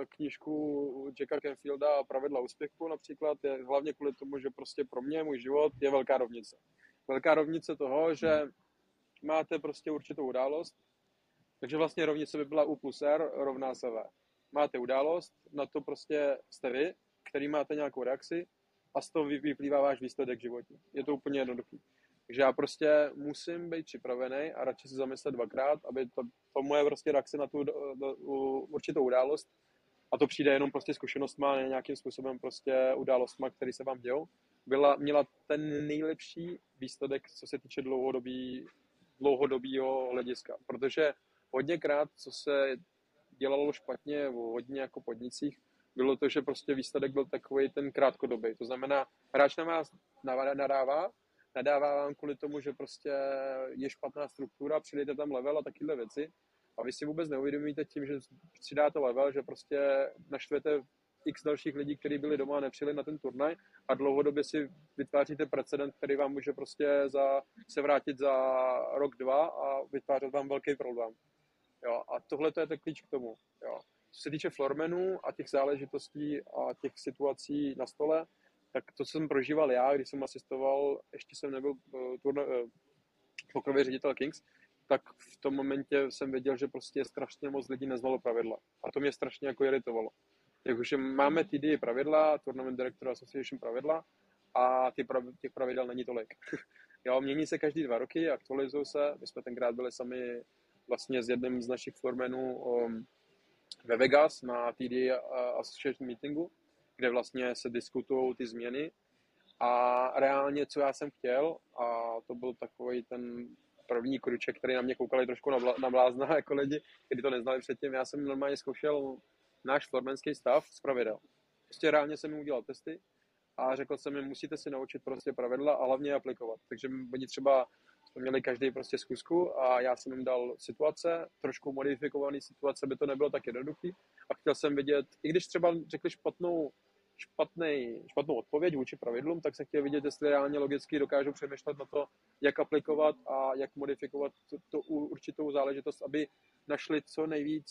knížku Jacka Canfielda Pravidla úspěchu například, je hlavně kvůli tomu, že prostě pro mě, můj život je velká rovnice. Velká rovnice toho, že máte prostě určitou událost, takže vlastně rovnice by byla U plus R rovná se V. Máte událost, na to prostě jste vy, který máte nějakou reakci a z toho vyplývá váš výsledek životní. Je to úplně jednoduchý. Takže já prostě musím být připravený a radši si zamyslet dvakrát, aby to, to moje prostě reakce na tu do, určitou událost, a to přijde jenom prostě zkušenostma, ne nějakým způsobem prostě událostma, které se vám dějou, byla, měla ten nejlepší výsledek, co se týče dlouhodobý, dlouhodobýho hlediska. Protože hodněkrát, co se dělalo špatně v hodně jako podnicích, bylo to, že prostě výsledek byl takový ten krátkodobý. To znamená, hráč na vás nadává, nadává vám kvůli tomu, že prostě je špatná struktura, přidejte tam level a takovéhle věci. A vy si vůbec neuvědomíte tím, že přidáte level, že prostě naštvete x dalších lidí, kteří byli doma a nepřijeli na ten turnaj a dlouhodobě si vytváříte precedent, který vám může prostě za, se vrátit za rok, dva a vytvářet vám velký problém. Jo, a tohle to je ten klíč k tomu. Jo. Co se týče floormanů a těch záležitostí a těch situací na stole, tak to, co jsem prožíval já, když jsem asistoval, ještě jsem nebyl uh, turna, uh, pokrový ředitel Kings, tak v tom momentě jsem věděl, že prostě strašně moc lidí neznalo pravidla. A to mě strašně jako iritovalo. Jakože máme T D pravidla, Tournament Director Association pravidla a ty prav, těch pravidel není tolik. Jo, mění se každý dva roky, aktualizují se. My jsme tenkrát byli sami vlastně s jedním z našich floormanů um, ve Vegas na T D Association meetingu, kde vlastně se diskutují ty změny. A reálně, co já jsem chtěl, a to byl takový ten první kruček, který na mě koukali trošku na blázna jako lidi, kteří to neznali předtím. Já jsem normálně zkoušel náš floormanský stav z pravidel. Prostě reálně jsem jim udělal testy a řekl jsem jim, musíte si naučit prostě pravidla a hlavně aplikovat. Takže oni třeba jsme měli každý prostě zkusku a já jsem jim dal situace, trošku modifikované situace, by to nebylo tak jednoduchý a chtěl jsem vidět, i když třeba řekli špatnou, špatnej, špatnou odpověď vůči pravidlům, tak jsem chtěl vidět, jestli reálně logicky dokážou přemýšlet na to, jak aplikovat a jak modifikovat tu určitou záležitost, aby našli co nejvíc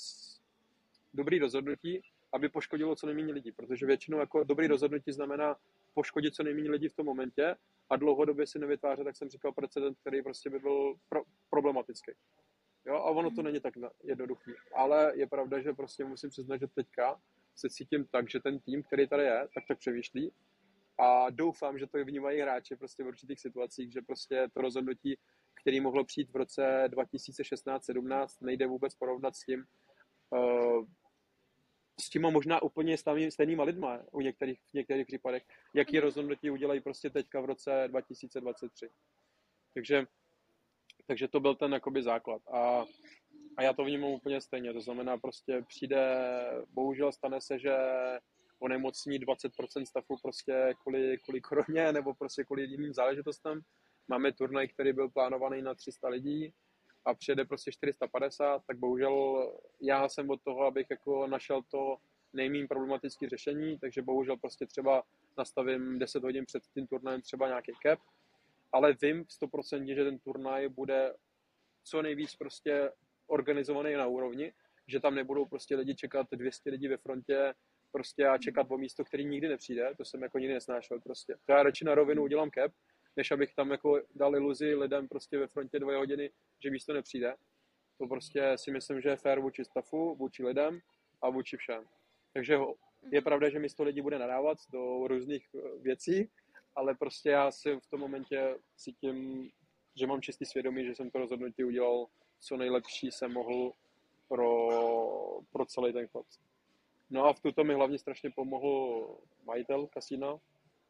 dobrý rozhodnutí, aby poškodilo co nejméně lidí, protože většinou jako dobrý rozhodnutí znamená poškodit co nejméně lidí v tom momentě a dlouhodobě si nevytvářet, tak jsem říkal, precedent, který prostě by byl pro- problematický. Jo, a ono to není tak jednoduchý. Ale je pravda, že prostě musím přiznat, že teďka se cítím tak, že ten tým, který tady je, tak tak přemýšlí a doufám, že to vnímají hráči prostě v určitých situacích, že prostě to rozhodnutí, který mohlo přijít v roce dva tisíce šestnáct sedmnáct, nejde vůbec porovnat s tím, uh, s těma možná úplně stejnými, stejnýma lidma u některých, v některých případech, jaký rozhodnutí udělají prostě teďka v roce dva tisíce dvacet tři. Takže, takže to byl ten jakoby základ. A, a já to vnímám úplně stejně. To znamená, prostě přijde, bohužel stane se, že onemocní dvacet procent stavu prostě kvůli, kvůli koroně nebo prostě kvůli jiným záležitostem. Máme turnaj, který byl plánovaný na tři sta lidí a přijede prostě čtyři sta padesát, tak bohužel já jsem od toho, abych jako našel to nejméně problematické řešení, takže bohužel prostě třeba nastavím deset hodin před tím turnajem třeba nějaký cap, ale vím sto procent, že ten turnaj bude co nejvíc prostě organizovaný na úrovni, že tam nebudou prostě lidi čekat dvě stě lidí ve frontě prostě a čekat o místo, který nikdy nepřijde, to jsem jako nikdy nesnášel prostě. To já radši na rovinu udělám cap, než abych tam jako dal iluzi lidem prostě ve frontě dvě hodiny, že místo nepřijde. To prostě si myslím, že je fér vůči stafu, vůči lidem a vůči všem. Takže je pravda, že místo lidí bude nadávat do různých věcí, ale prostě já si v tom momentě cítím, že mám čistý svědomí, že jsem to rozhodnutí udělal co nejlepší jsem mohl pro, pro celý ten chod. No a v tuto mi hlavně strašně pomohl majitel kasína,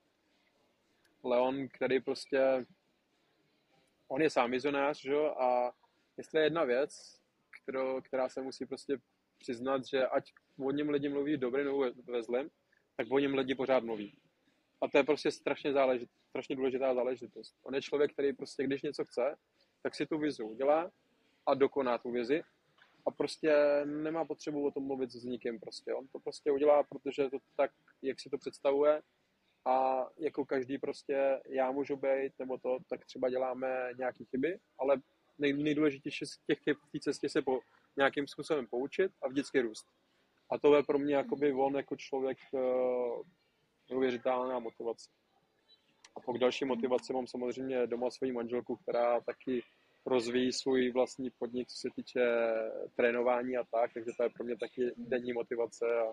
Leon, který prostě, on je sám vizionář, že? A jestli je jedna věc, kterou, která se musí prostě přiznat, že ať o něm lidi mluví dobrý nebo ve zlém, tak o něm lidi pořád mluví. A to je prostě strašně, záležit, strašně důležitá záležitost. On je člověk, který prostě, když něco chce, tak si tu vizi udělá a dokoná tu vizi. A prostě nemá potřebu o tom mluvit s nikým prostě. On to prostě udělá, protože to tak, jak si to představuje, a jako každý prostě já můžu být, nebo to, tak třeba děláme nějaké chyby, ale nej, nejdůležitější z těch chyb v té cestě se po nějakým způsobem poučit a vždycky růst. A to je pro mě jakoby on jako člověk uh, neuvěřitelná motivace. A po další motivaci mám samozřejmě doma svoji manželku, která taky rozvíjí svůj vlastní podnik, co se týče trénování a tak, takže to je pro mě taky denní motivace. A...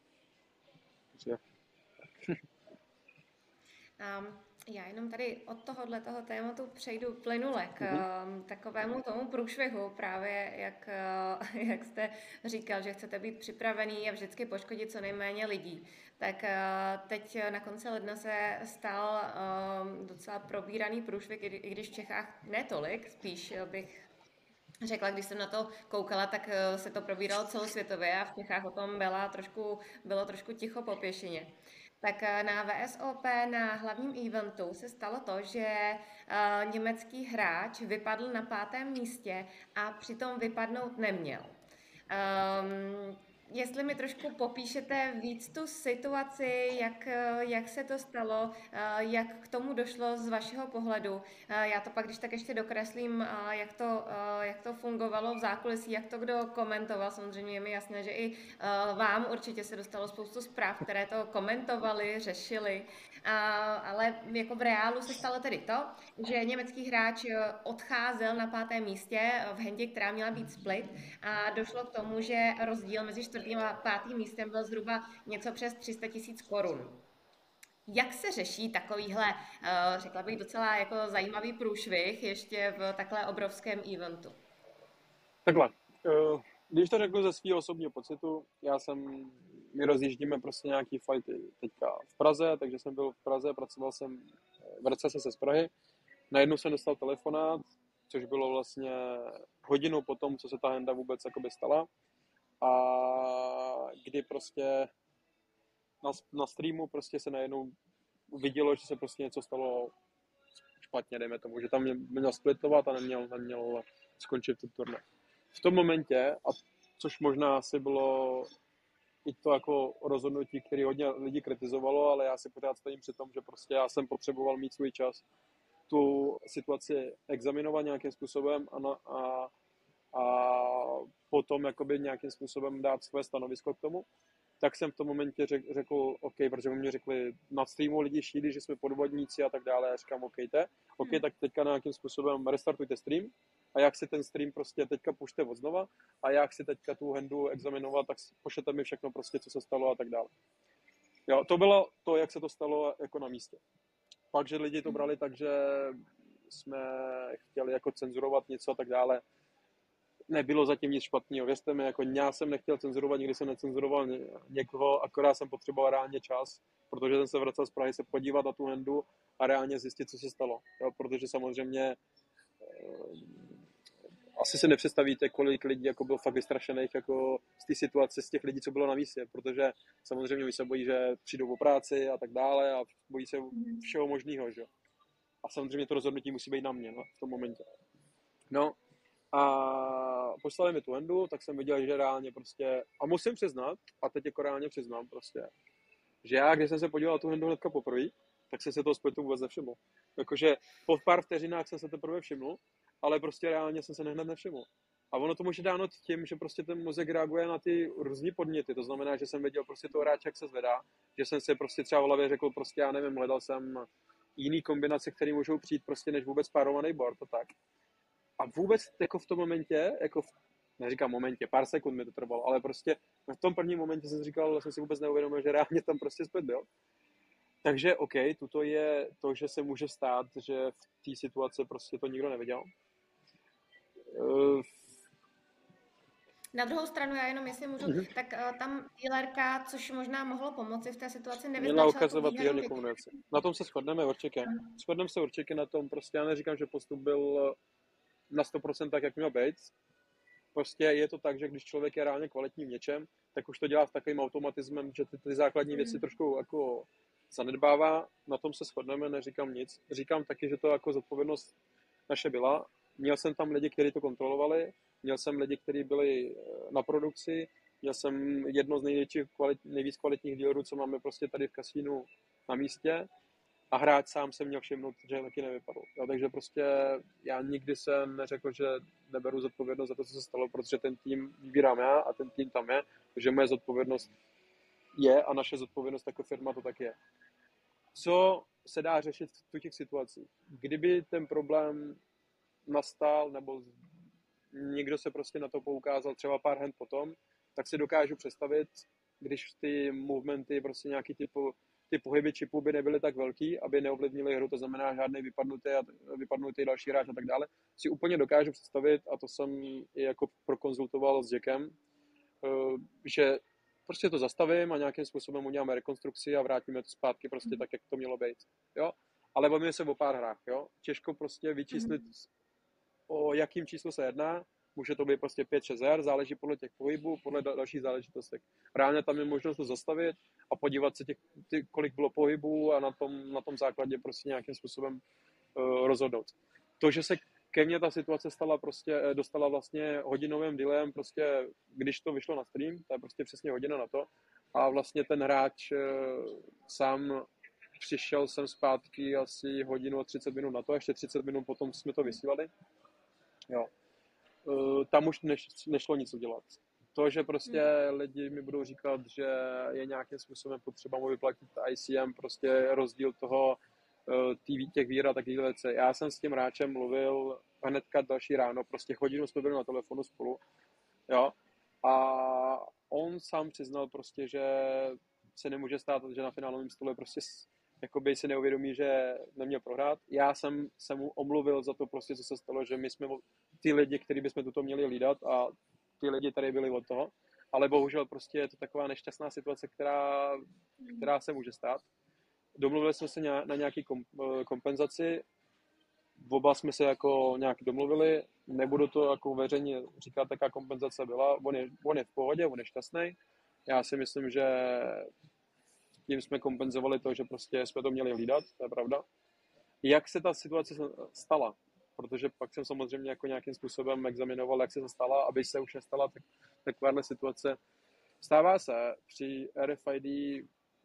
Um, já jenom tady od tohohle toho tématu přejdu plynule k mm-hmm. takovému tomu průšvihu, právě jak, jak jste říkal, že chcete být připravený a vždycky poškodit co nejméně lidí. Tak teď na konci ledna se stal um, docela probíraný průšvih, i když v Čechách ne tolik, spíš bych řekla, když jsem na to koukala, tak se to probíralo celosvětově a v Čechách o tom byla trošku, bylo trošku ticho po pěšině. Tak na V S O P na hlavním eventu se stalo to, že uh, německý hráč vypadl na pátém místě a přitom vypadnout neměl. Um, Jestli mi trošku popíšete víc tu situaci, jak, jak se to stalo, jak k tomu došlo z vašeho pohledu. Já to pak, když tak ještě dokreslím, jak to, jak to fungovalo v zákulisí, jak to kdo komentoval. Samozřejmě je mi jasné, že i vám určitě se dostalo spoustu zpráv, které to komentovali, řešili. Ale jako v reálu se stalo tedy to, že německý hráč odcházel na pátém místě v hendě, která měla být split, a došlo k tomu, že rozdíl mezi čtvrtým a pátým místem byl zhruba něco přes tři sta tisíc korun. Jak se řeší takovýhle, řekla bych, docela jako zajímavý průšvih ještě v takhle obrovském eventu? Takhle, když to řeknu ze svého osobního pocitu, já jsem, my rozjíždíme prostě nějaký fighty teďka v Praze, takže jsem byl v Praze, pracoval jsem, vracel jsem se z Prahy, najednou jsem dostal telefonát, což bylo vlastně hodinu po tom, co se ta henda vůbec jakoby stala, a kdy prostě na, na streamu prostě se najednou vidělo, že se prostě něco stalo špatně, dejme tomu, že tam měl splitovat a neměl, neměl skončit ten turnaj. V tom momentě, a což možná asi bylo i to jako rozhodnutí, který hodně lidí kritizovalo, ale já si pořád stojím při tom, že prostě já jsem potřeboval mít svůj čas tu situaci examinovat nějakým způsobem a, na, a, a potom jakoby nějakým způsobem dát své stanovisko k tomu, tak jsem v tom momentě řek, řekl OK, protože mi řekli na streamu lidi šíli, že jsme podvodníci a tak dále, a říkám OK, te, OK, tak teďka nějakým způsobem restartujte stream a jak si ten stream prostě teďka pušte od znova a jak si teďka tu handu examinovat, tak pošlete mi všechno prostě, co se stalo a tak dále. Jo, to bylo to, jak se to stalo jako na místě. Pak, že lidi to brali tak, že jsme chtěli jako cenzurovat něco a tak dále. nebylo zatím nic špatného. Věřte mi, jako já jsem nechtěl cenzurovat, nikdy jsem necenzuroval někoho, akorát jsem potřeboval reálně čas, protože jsem se vracel z Prahy se podívat na tu hendu a reálně zjistit, co se stalo. Jo, protože samozřejmě asi si nepředstavíte, kolik lidí jako bylo fakt vystrašených jako z té situace, z těch lidí, co bylo na místě, protože samozřejmě oni se bojí, že přijdou o práci a tak dále a bojí se všeho možného, že? A samozřejmě to rozhodnutí musí být na mě, no, v tom momentě. No a poslali mi tu hendu, tak jsem viděl, že reálně prostě, a musím přiznat, a teď jako reálně přiznám prostě, že já, když jsem se podíval na tu hendu hnedka poprvé, tak jsem se toho splitu vůbec nevšiml. Jakože po pár vteřinách jsem se teprve všiml, ale prostě reálně jsem se nehned nevšiml. A ono to může dáno tím, že prostě ten mozek reaguje na ty různý podněty. To znamená, že jsem viděl prostě toho hráče, jak se zvedá, že jsem si prostě třeba v hlavě řekl prostě, já nevím, hledal jsem jiný kombinace, které můžou přijít prostě než vůbec párovaný board a tak. A vůbec jako v tom momentě, jako v, neříkám momentě, pár sekund mi to trvalo, ale prostě v tom prvním momentě jsem říkal, jsem si vůbec neuvědomil, že reálně tam prostě split byl. Takže OK, tuto je to, že se může stát, že v té situaci prostě to nikdo neviděl. Uh, Na druhou stranu, já jenom jestli můžu, uh-huh. tak uh, tam dealerka, což možná mohlo pomoci v té situaci, nevyznačila měla ukazovat výherní kombinaci. Na tom se shodneme určitě. Uh-huh. Shodneme se určitě na tom, prostě já neříkám, že postup byl na sto procent tak, jak měl být. Prostě je to tak, že když člověk je reálně kvalitní v něčem, tak už to dělá s takovým automatismem, že ty, ty základní věci uh-huh. trošku jako zanedbává. Na tom se shodneme, neříkám nic. Říkám taky, že to jako zodpovědnost naše byla. Měl jsem tam lidi, kteří to kontrolovali, měl jsem lidi, kteří byli na produkci, měl jsem jedno z největších, kvalit, nejvíc kvalitních dealerů, co máme prostě tady v kasínu na místě a hráč sám se měl všimnout, že taky nevypadl. Jo, takže prostě já nikdy jsem neřekl, že neberu zodpovědnost za to, co se stalo, protože ten tým vybírám já a ten tým tam je, takže moje zodpovědnost je a naše zodpovědnost jako firma to tak je. Co se dá řešit v těch situacích? Kdyby ten problém nastal, nebo někdo se prostě na to poukázal třeba pár hand potom, tak si dokážu představit, když ty movementy, prostě nějaký ty, po, ty pohyby čipů by nebyly tak velký, aby neovlivnily hru, to znamená žádný vypadnutý a vypadnutý další hráč a tak dále, si úplně dokážu představit, a to jsem i jako prokonzultoval s Jackem, že prostě to zastavím a nějakým způsobem uděláme rekonstrukci a vrátíme to zpátky prostě tak, jak to mělo být, jo. Ale bavíme se o pár hrách, jo. Těžko prostě vyčíslit, o jakým číslu se jedná, může to být prostě pět šest her, záleží podle těch pohybů, podle dalších záležitostí. Reálně tam je možnost to zastavit a podívat se, těch, ty, kolik bylo pohybů a na tom, na tom základě prostě nějakým způsobem uh, rozhodnout. To, že se ke mně ta situace stala prostě, dostala vlastně hodinovým dealem, prostě, když to vyšlo na stream, to je prostě přesně hodina na to, a vlastně ten hráč uh, sám přišel sem zpátky asi hodinu a třicet minut na to, ještě třicet minut potom jsme to vysílali. Jo. Uh, tam už neš, nešlo nic udělat. To, že prostě lidi mi budou říkat, že je nějakým způsobem potřeba mu vyplatit I C M, prostě rozdíl toho, uh, těch vír a takových věcí. Já jsem s tím hráčem mluvil hnedka další ráno, prostě hodinu jsme byli na telefonu spolu, jo, a on sám přiznal prostě, že se nemůže stát, že na finálovém stole prostě jakoby si neuvědomí, že neměl prohrát. Já jsem se mu omluvil za to prostě, co se stalo, že my jsme ty lidi, kteří bychom tuto měli hlídat a ty lidi tady byli od toho, ale bohužel prostě je to taková nešťastná situace, která, která se může stát. Domluvili jsme se na nějaký kompenzaci, oba jsme se jako nějak domluvili, nebudu to jako veřejně říkat, jaká kompenzace byla, on je, on je v pohodě, on je šťastný. Já si myslím, že tím jsme kompenzovali to, že prostě jsme to měli hlídat, to je pravda. Jak se ta situace stala? Protože pak jsem samozřejmě jako nějakým způsobem examinoval, jak se to stala, aby se už nestala tak, takováhle situace. Stává se při R F I D,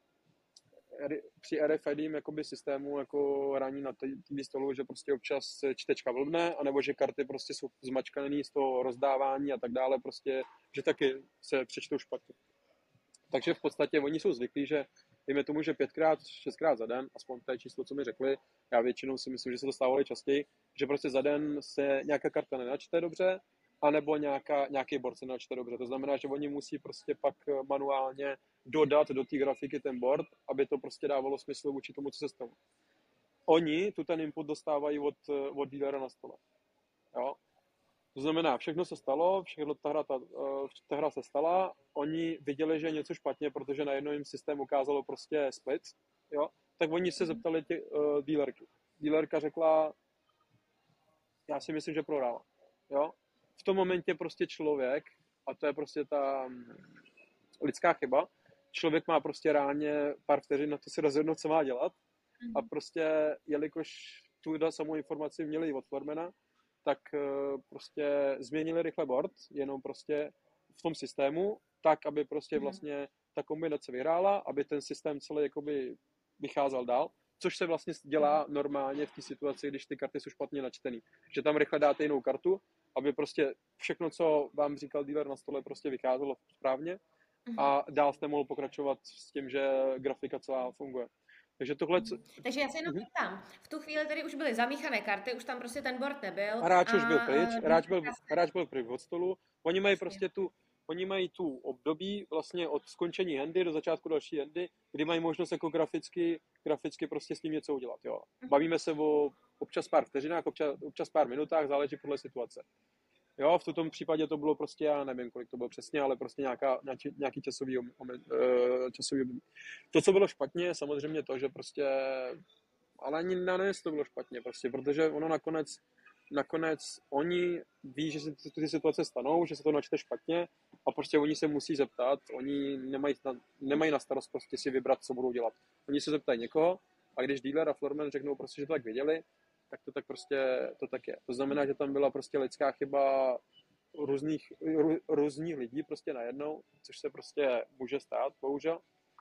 při R F I D jakoby systému jako hraní na T V stolu, že prostě občas čtečka vlbne, anebo že karty prostě jsou zmačkané z toho rozdávání a tak dále, prostě, že taky se přečtou špatně. Takže v podstatě oni jsou zvyklí, že dejme tomu, že pětkrát, šestkrát za den, aspoň to je číslo, co mi řekli, já většinou si myslím, že se to stávalo i častěji, že prostě za den se nějaká karta nenačte dobře, anebo nějaká, nějaký board se nenačte dobře. To znamená, že oni musí prostě pak manuálně dodat do té grafiky ten board, aby to prostě dávalo smysl vůči tomu, co se stalo. Oni tu ten input dostávají od, od dealera na stole. Jo? To znamená, všechno se stalo, všechno ta hra, ta, uh, ta hra se stala, oni viděli, že je něco špatně, protože najednou jim systém ukázalo prostě split, jo, tak oni se zeptali tě, uh, dealerky. Dealerka řekla, já si myslím, že prohrála, jo. V tom momentě prostě člověk, a to je prostě ta lidská chyba, člověk má prostě reálně pár vteřin na to si rozhodnout, co má dělat, a prostě, jelikož tu samou informaci měli od Flormana, tak prostě změnili rychle board, jenom prostě v tom systému, tak, aby prostě vlastně ta kombinace vyhrála, aby ten systém celý jakoby vycházel dál, což se vlastně dělá normálně v té situaci, když ty karty jsou špatně načtený. Že tam rychle dáte jinou kartu, aby prostě všechno, co vám říkal dealer na stole, prostě vycházelo správně a dál jste mohl pokračovat s tím, že grafika celá funguje. Takže tohle... Takže já se jenom ptám, v tu chvíli tady už byly zamíchané karty, už tam prostě ten board nebyl. Hráč už byl pryč, hráč byl, hráč byl pryč od stolu, oni mají prostě tu, oni mají tu období vlastně od skončení handy do začátku další handy, kdy mají možnost jako graficky, graficky prostě s tím něco udělat, jo. Bavíme se o občas pár vteřinách, občas, občas pár minutách, záleží podle situace. Jo, v tom případě to bylo prostě, já nevím, kolik to bylo přesně, ale prostě nějaká, nějaký, nějaký časový, časový období. To, co bylo špatně, je samozřejmě to, že prostě, ale ani na nes to bylo špatně, prostě, protože ono nakonec, nakonec oni ví, že se ty situace stanou, že se to načte špatně a prostě oni se musí zeptat, oni nemají na, nemají na starost prostě si vybrat, co budou dělat. Oni se zeptají někoho a když dealer a Florman řeknou prostě, že to tak věděli, tak to tak prostě to tak je. To znamená, že tam byla prostě lidská chyba různých, rů, různých lidí prostě najednou, což se prostě může stát, bohužel.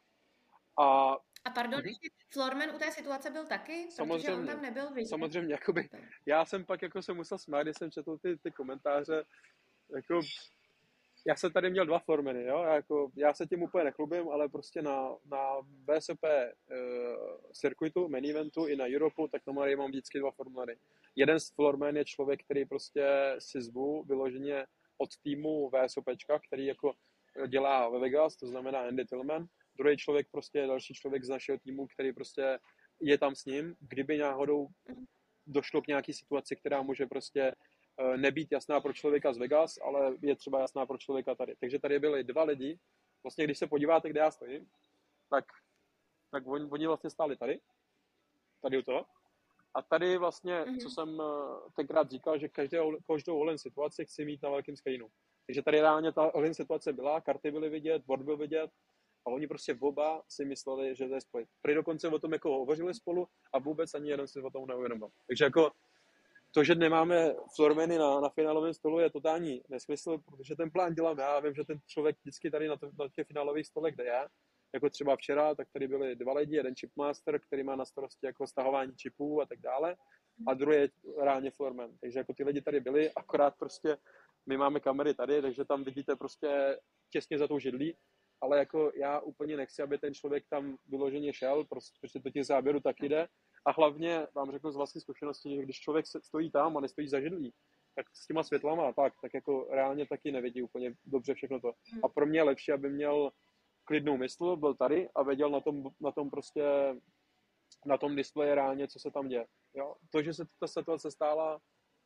A, a pardon, mm-hmm. Florman u té situace byl taky? Samozřejmě, protože on tam nebyl vidět. Samozřejmě, jakoby, já jsem pak jako se musel smát, když jsem četl ty, ty komentáře, jako, já jsem tady měl dva Flormany, jo, já, jako, já se tím úplně nechlubím, ale prostě na, na V S O P uh, circuitu, main eventu i na Europu, tak tam mám vždycky dva Flormany. Jeden z Florman je člověk, který prostě si zvu vyloženě od týmu VSOPčka, který jako dělá ve Vegas, to znamená Andy Tillman. Druhý člověk prostě je další člověk z našeho týmu, který prostě je tam s ním, kdyby náhodou došlo k nějaký situaci, která může prostě nebýt jasná pro člověka z Vegas, ale je třeba jasná pro člověka tady. Takže tady byly dva lidi. Vlastně, když se podíváte, kde já stojím, tak, tak oni, oni vlastně stáli tady. Tady u toho. A tady vlastně, mm-hmm. co jsem tenkrát říkal, že každou, každou all-in situaci chci mít na velkém screenu. Takže tady reálně ta all-in situace byla, karty byly vidět, board byl vidět a oni prostě oba si mysleli, že to je split. Prý dokonce o tom jako hovořili spolu a vůbec ani jeden si o tom neuvědomil. Takže jako to, že nemáme Flormany na, na finálovém stolu, je totální nesmysl, protože ten plán dělám já. Vím, že ten člověk vždycky tady na, to, na těch finálových stolech, kde je, jako třeba včera, tak tady byli dva lidi, jeden chipmaster, který má na starosti jako stahování čipů a tak dále, a druhý je reálně Florman. Takže jako ty lidi tady byli, akorát prostě my máme kamery tady, takže tam vidíte prostě těsně za tou židlí, ale jako já úplně nechci, aby ten člověk tam vyloženě šel, prostě, protože to těch záběrů taky jde. A hlavně vám řeknu z vlastní zkušenosti, že když člověk stojí tam a nestojí za židlí, tak s těma světlama a tak, tak jako reálně taky nevidí úplně dobře všechno to. A pro mě je lepší, aby měl klidnou mysl, byl tady a věděl na tom, na tom prostě, na tom displeji reálně, co se tam děje. Jo? To, že se ta situace stála,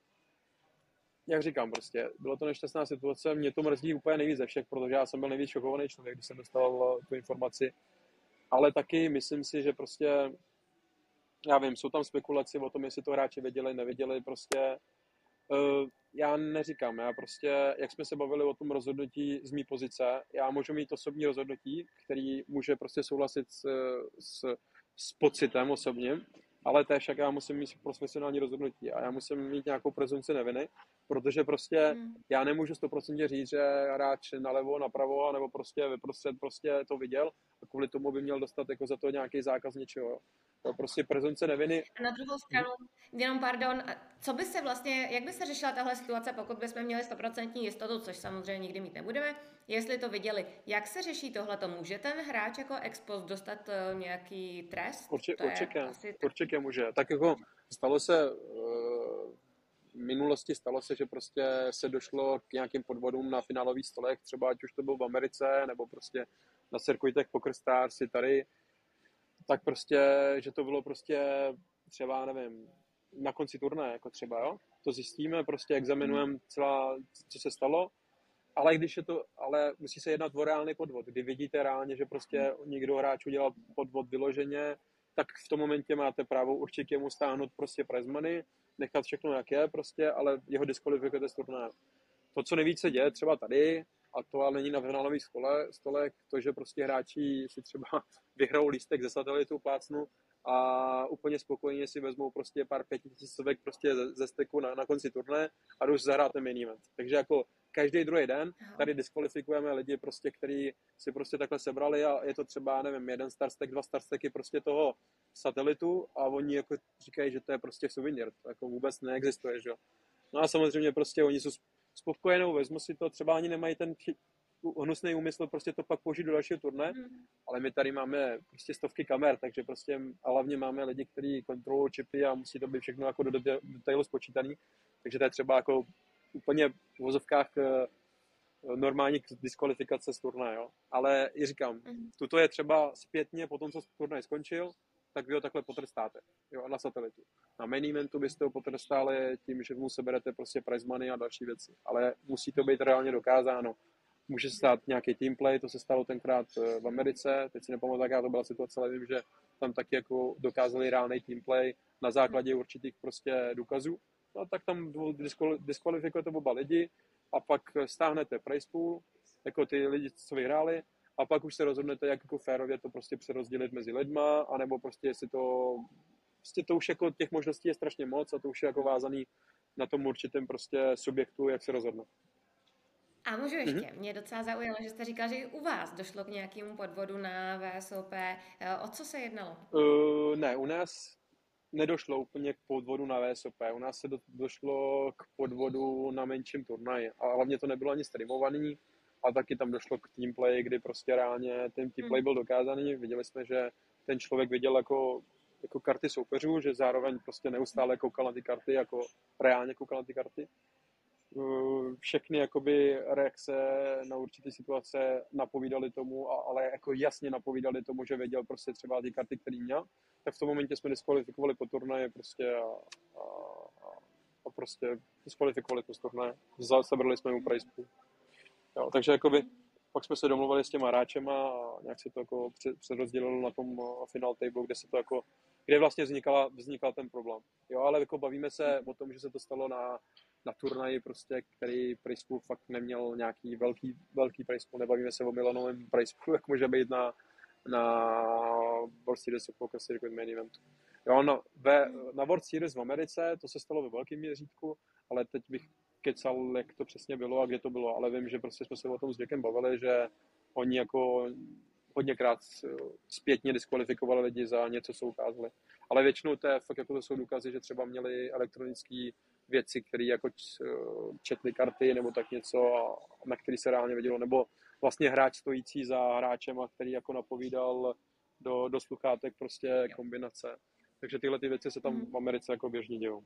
jak říkám prostě, bylo to nešťastná situace, mě to mrzí úplně nejvíc ze všech, protože já jsem byl nejvíc šokovaný člověk, když jsem dostal tu informaci. Ale taky myslím si, že prostě, já vím, jsou tam spekulace o tom, jestli to hráči věděli, nevěděli, prostě uh, já neříkám, já prostě, jak jsme se bavili o tom rozhodnutí z mý pozice, já můžu mít osobní rozhodnutí, který může prostě souhlasit s, s, s pocitem osobním, ale též však já musím mít profesionální rozhodnutí a já musím mít nějakou prezumci neviny, protože prostě hmm. já nemůžu sto procent říct, že hráč nalevo, napravo, nebo prostě vyprostřed prostě to viděl a kvůli tomu by měl dostat jako za to nějaký zákaz něčeho. To prostě prezumce neviny. Na druhou stranu, jenom pardon, co by se vlastně, jak by se řešila tahle situace, pokud bychom měli sto procent jistotu, což samozřejmě nikdy mít nebudeme, jestli to viděli. Jak se řeší tohleto? Může ten hráč jako ex post dostat uh, nějaký trest? Určitě, určitě, asi... určitě může. Tak jako stalo se uh, v minulosti stalo se, že prostě se došlo k nějakým podvodům na finálových stolech, třeba ať už to bylo v Americe, nebo prostě na circuitech Poker Stars i tady, tak prostě, že to bylo prostě třeba, nevím, na konci turnaje, jako třeba, jo. to zjistíme, prostě examinujeme celá, co se stalo, ale když je to, ale musí se jednat o reálný podvod, kdy vidíte reálně, že prostě někdo hráč udělal podvod vyloženě, tak v tom momentě máte právo určitě mu stáhnout prostě prize money, nechat všechno jak je prostě, ale jeho diskvalifikujete z turnaje. To, co nejvíce děje třeba tady, a to ale není na finálových stole, stole, to, že prostě hráči si třeba vyhrajou lístek ze satelitu, plácnu a úplně spokojně si vezmou prostě pár pětitisícovek prostě ze, ze steku na, na konci turné a jdou si zahrát ten main event. Takže jako každý druhý den tady diskvalifikujeme lidi, prostě, kteří si prostě takhle sebrali a je to třeba, nevím, jeden starstek, dva starsteky prostě toho satelitu a oni jako říkají, že to je prostě suvenýr. To jako vůbec neexistuje, že jo. No a samozřejmě prostě oni jsou spokojenou, vezmu si to, třeba ani nemají ten hnusný úmysl prostě to pak použít do dalšího turné, mm. ale my tady máme prostě stovky kamer, takže prostě a hlavně máme lidi, kteří kontrolují čipy a musí to být všechno jako do detailu spočítaný, takže to je třeba jako úplně v vozovkách normální diskvalifikace z turnaje, jo. Ale i říkám, mm. tuto je třeba zpětně po tom, co turnaj skončil, tak vy ho takhle potrestáte, jo, na satelitu. Na main eventu byste ho potrestali tím, že mu seberete prostě prize money a další věci, ale musí to být reálně dokázáno. Může se stát nějaký teamplay, to se stalo tenkrát v Americe, teď si nepamatuji, jaká to byla situace, ale vím, že tam taky jako dokázali reálný teamplay na základě určitých prostě důkazů. No tak tam diskvalifikujete oba lidi a pak stáhnete prize pool, jako ty lidi, co vyhráli, a pak už se rozhodnete, jak jako férově to prostě přerozdělit mezi lidma, anebo prostě jestli to, prostě to už jako těch možností je strašně moc a to už je jako vázaný na tom určitém prostě subjektu, jak se rozhodne. A můžu ještě, mm-hmm. mě docela zaujalo, že jste říkal, že i u vás došlo k nějakému podvodu na V S O P. O co se jednalo? Uh, ne, u nás nedošlo úplně k podvodu na V S O P. U nás se do, došlo k podvodu na menším turnaji. A hlavně to nebylo ani streamovaný. A taky tam došlo k teamplay, kdy prostě reálně ten teamplay byl dokázaný. Viděli jsme, že ten člověk viděl jako, jako karty soupeřů, že zároveň prostě neustále koukal na ty karty, jako reálně koukal na ty karty. Všechny jakoby reakce na určité situace napovídali tomu, ale jako jasně napovídali tomu, že věděl prostě třeba ty karty, který měl. Tak v tom momentě jsme diskvalifikovali po turnaji prostě a, a, a prostě diskvalifikovali to z turnaje. Zabrali jsme mu prize pool. Jo, takže jakoby, pak jsme se domluvili s těma hráčema a nějak se to jako přerozdělilo na tom final table, kde se to jako, kde vlastně vznikala, vznikal ten problém. Jo, ale jako bavíme se o tom, že se to stalo na, na turnaji, prostě, který prize pool fakt neměl nějaký velký, velký prize pool, nebavíme se o milionovém prize pool, jak může být na, na World Series of Poker Circuit Main Eventu. Jo, na, ve, na World Series v Americe to se stalo ve velkém měřítku, ale teď bych kecal, jak to přesně bylo a kde to bylo, ale vím, že prostě jsme se o tom s Jackem bavili, že oni jako hodněkrát zpětně diskvalifikovali lidi za něco, co ukázali. Ale většinou to je fakt jako to jsou důkazy, že třeba měli elektronické věci, které jako četly karty nebo tak něco, na který se reálně vidělo, nebo vlastně hráč stojící za hráčem, a který jako napovídal do, do sluchátek prostě kombinace. Takže tyhle ty věci se tam v Americe jako běžně dějou.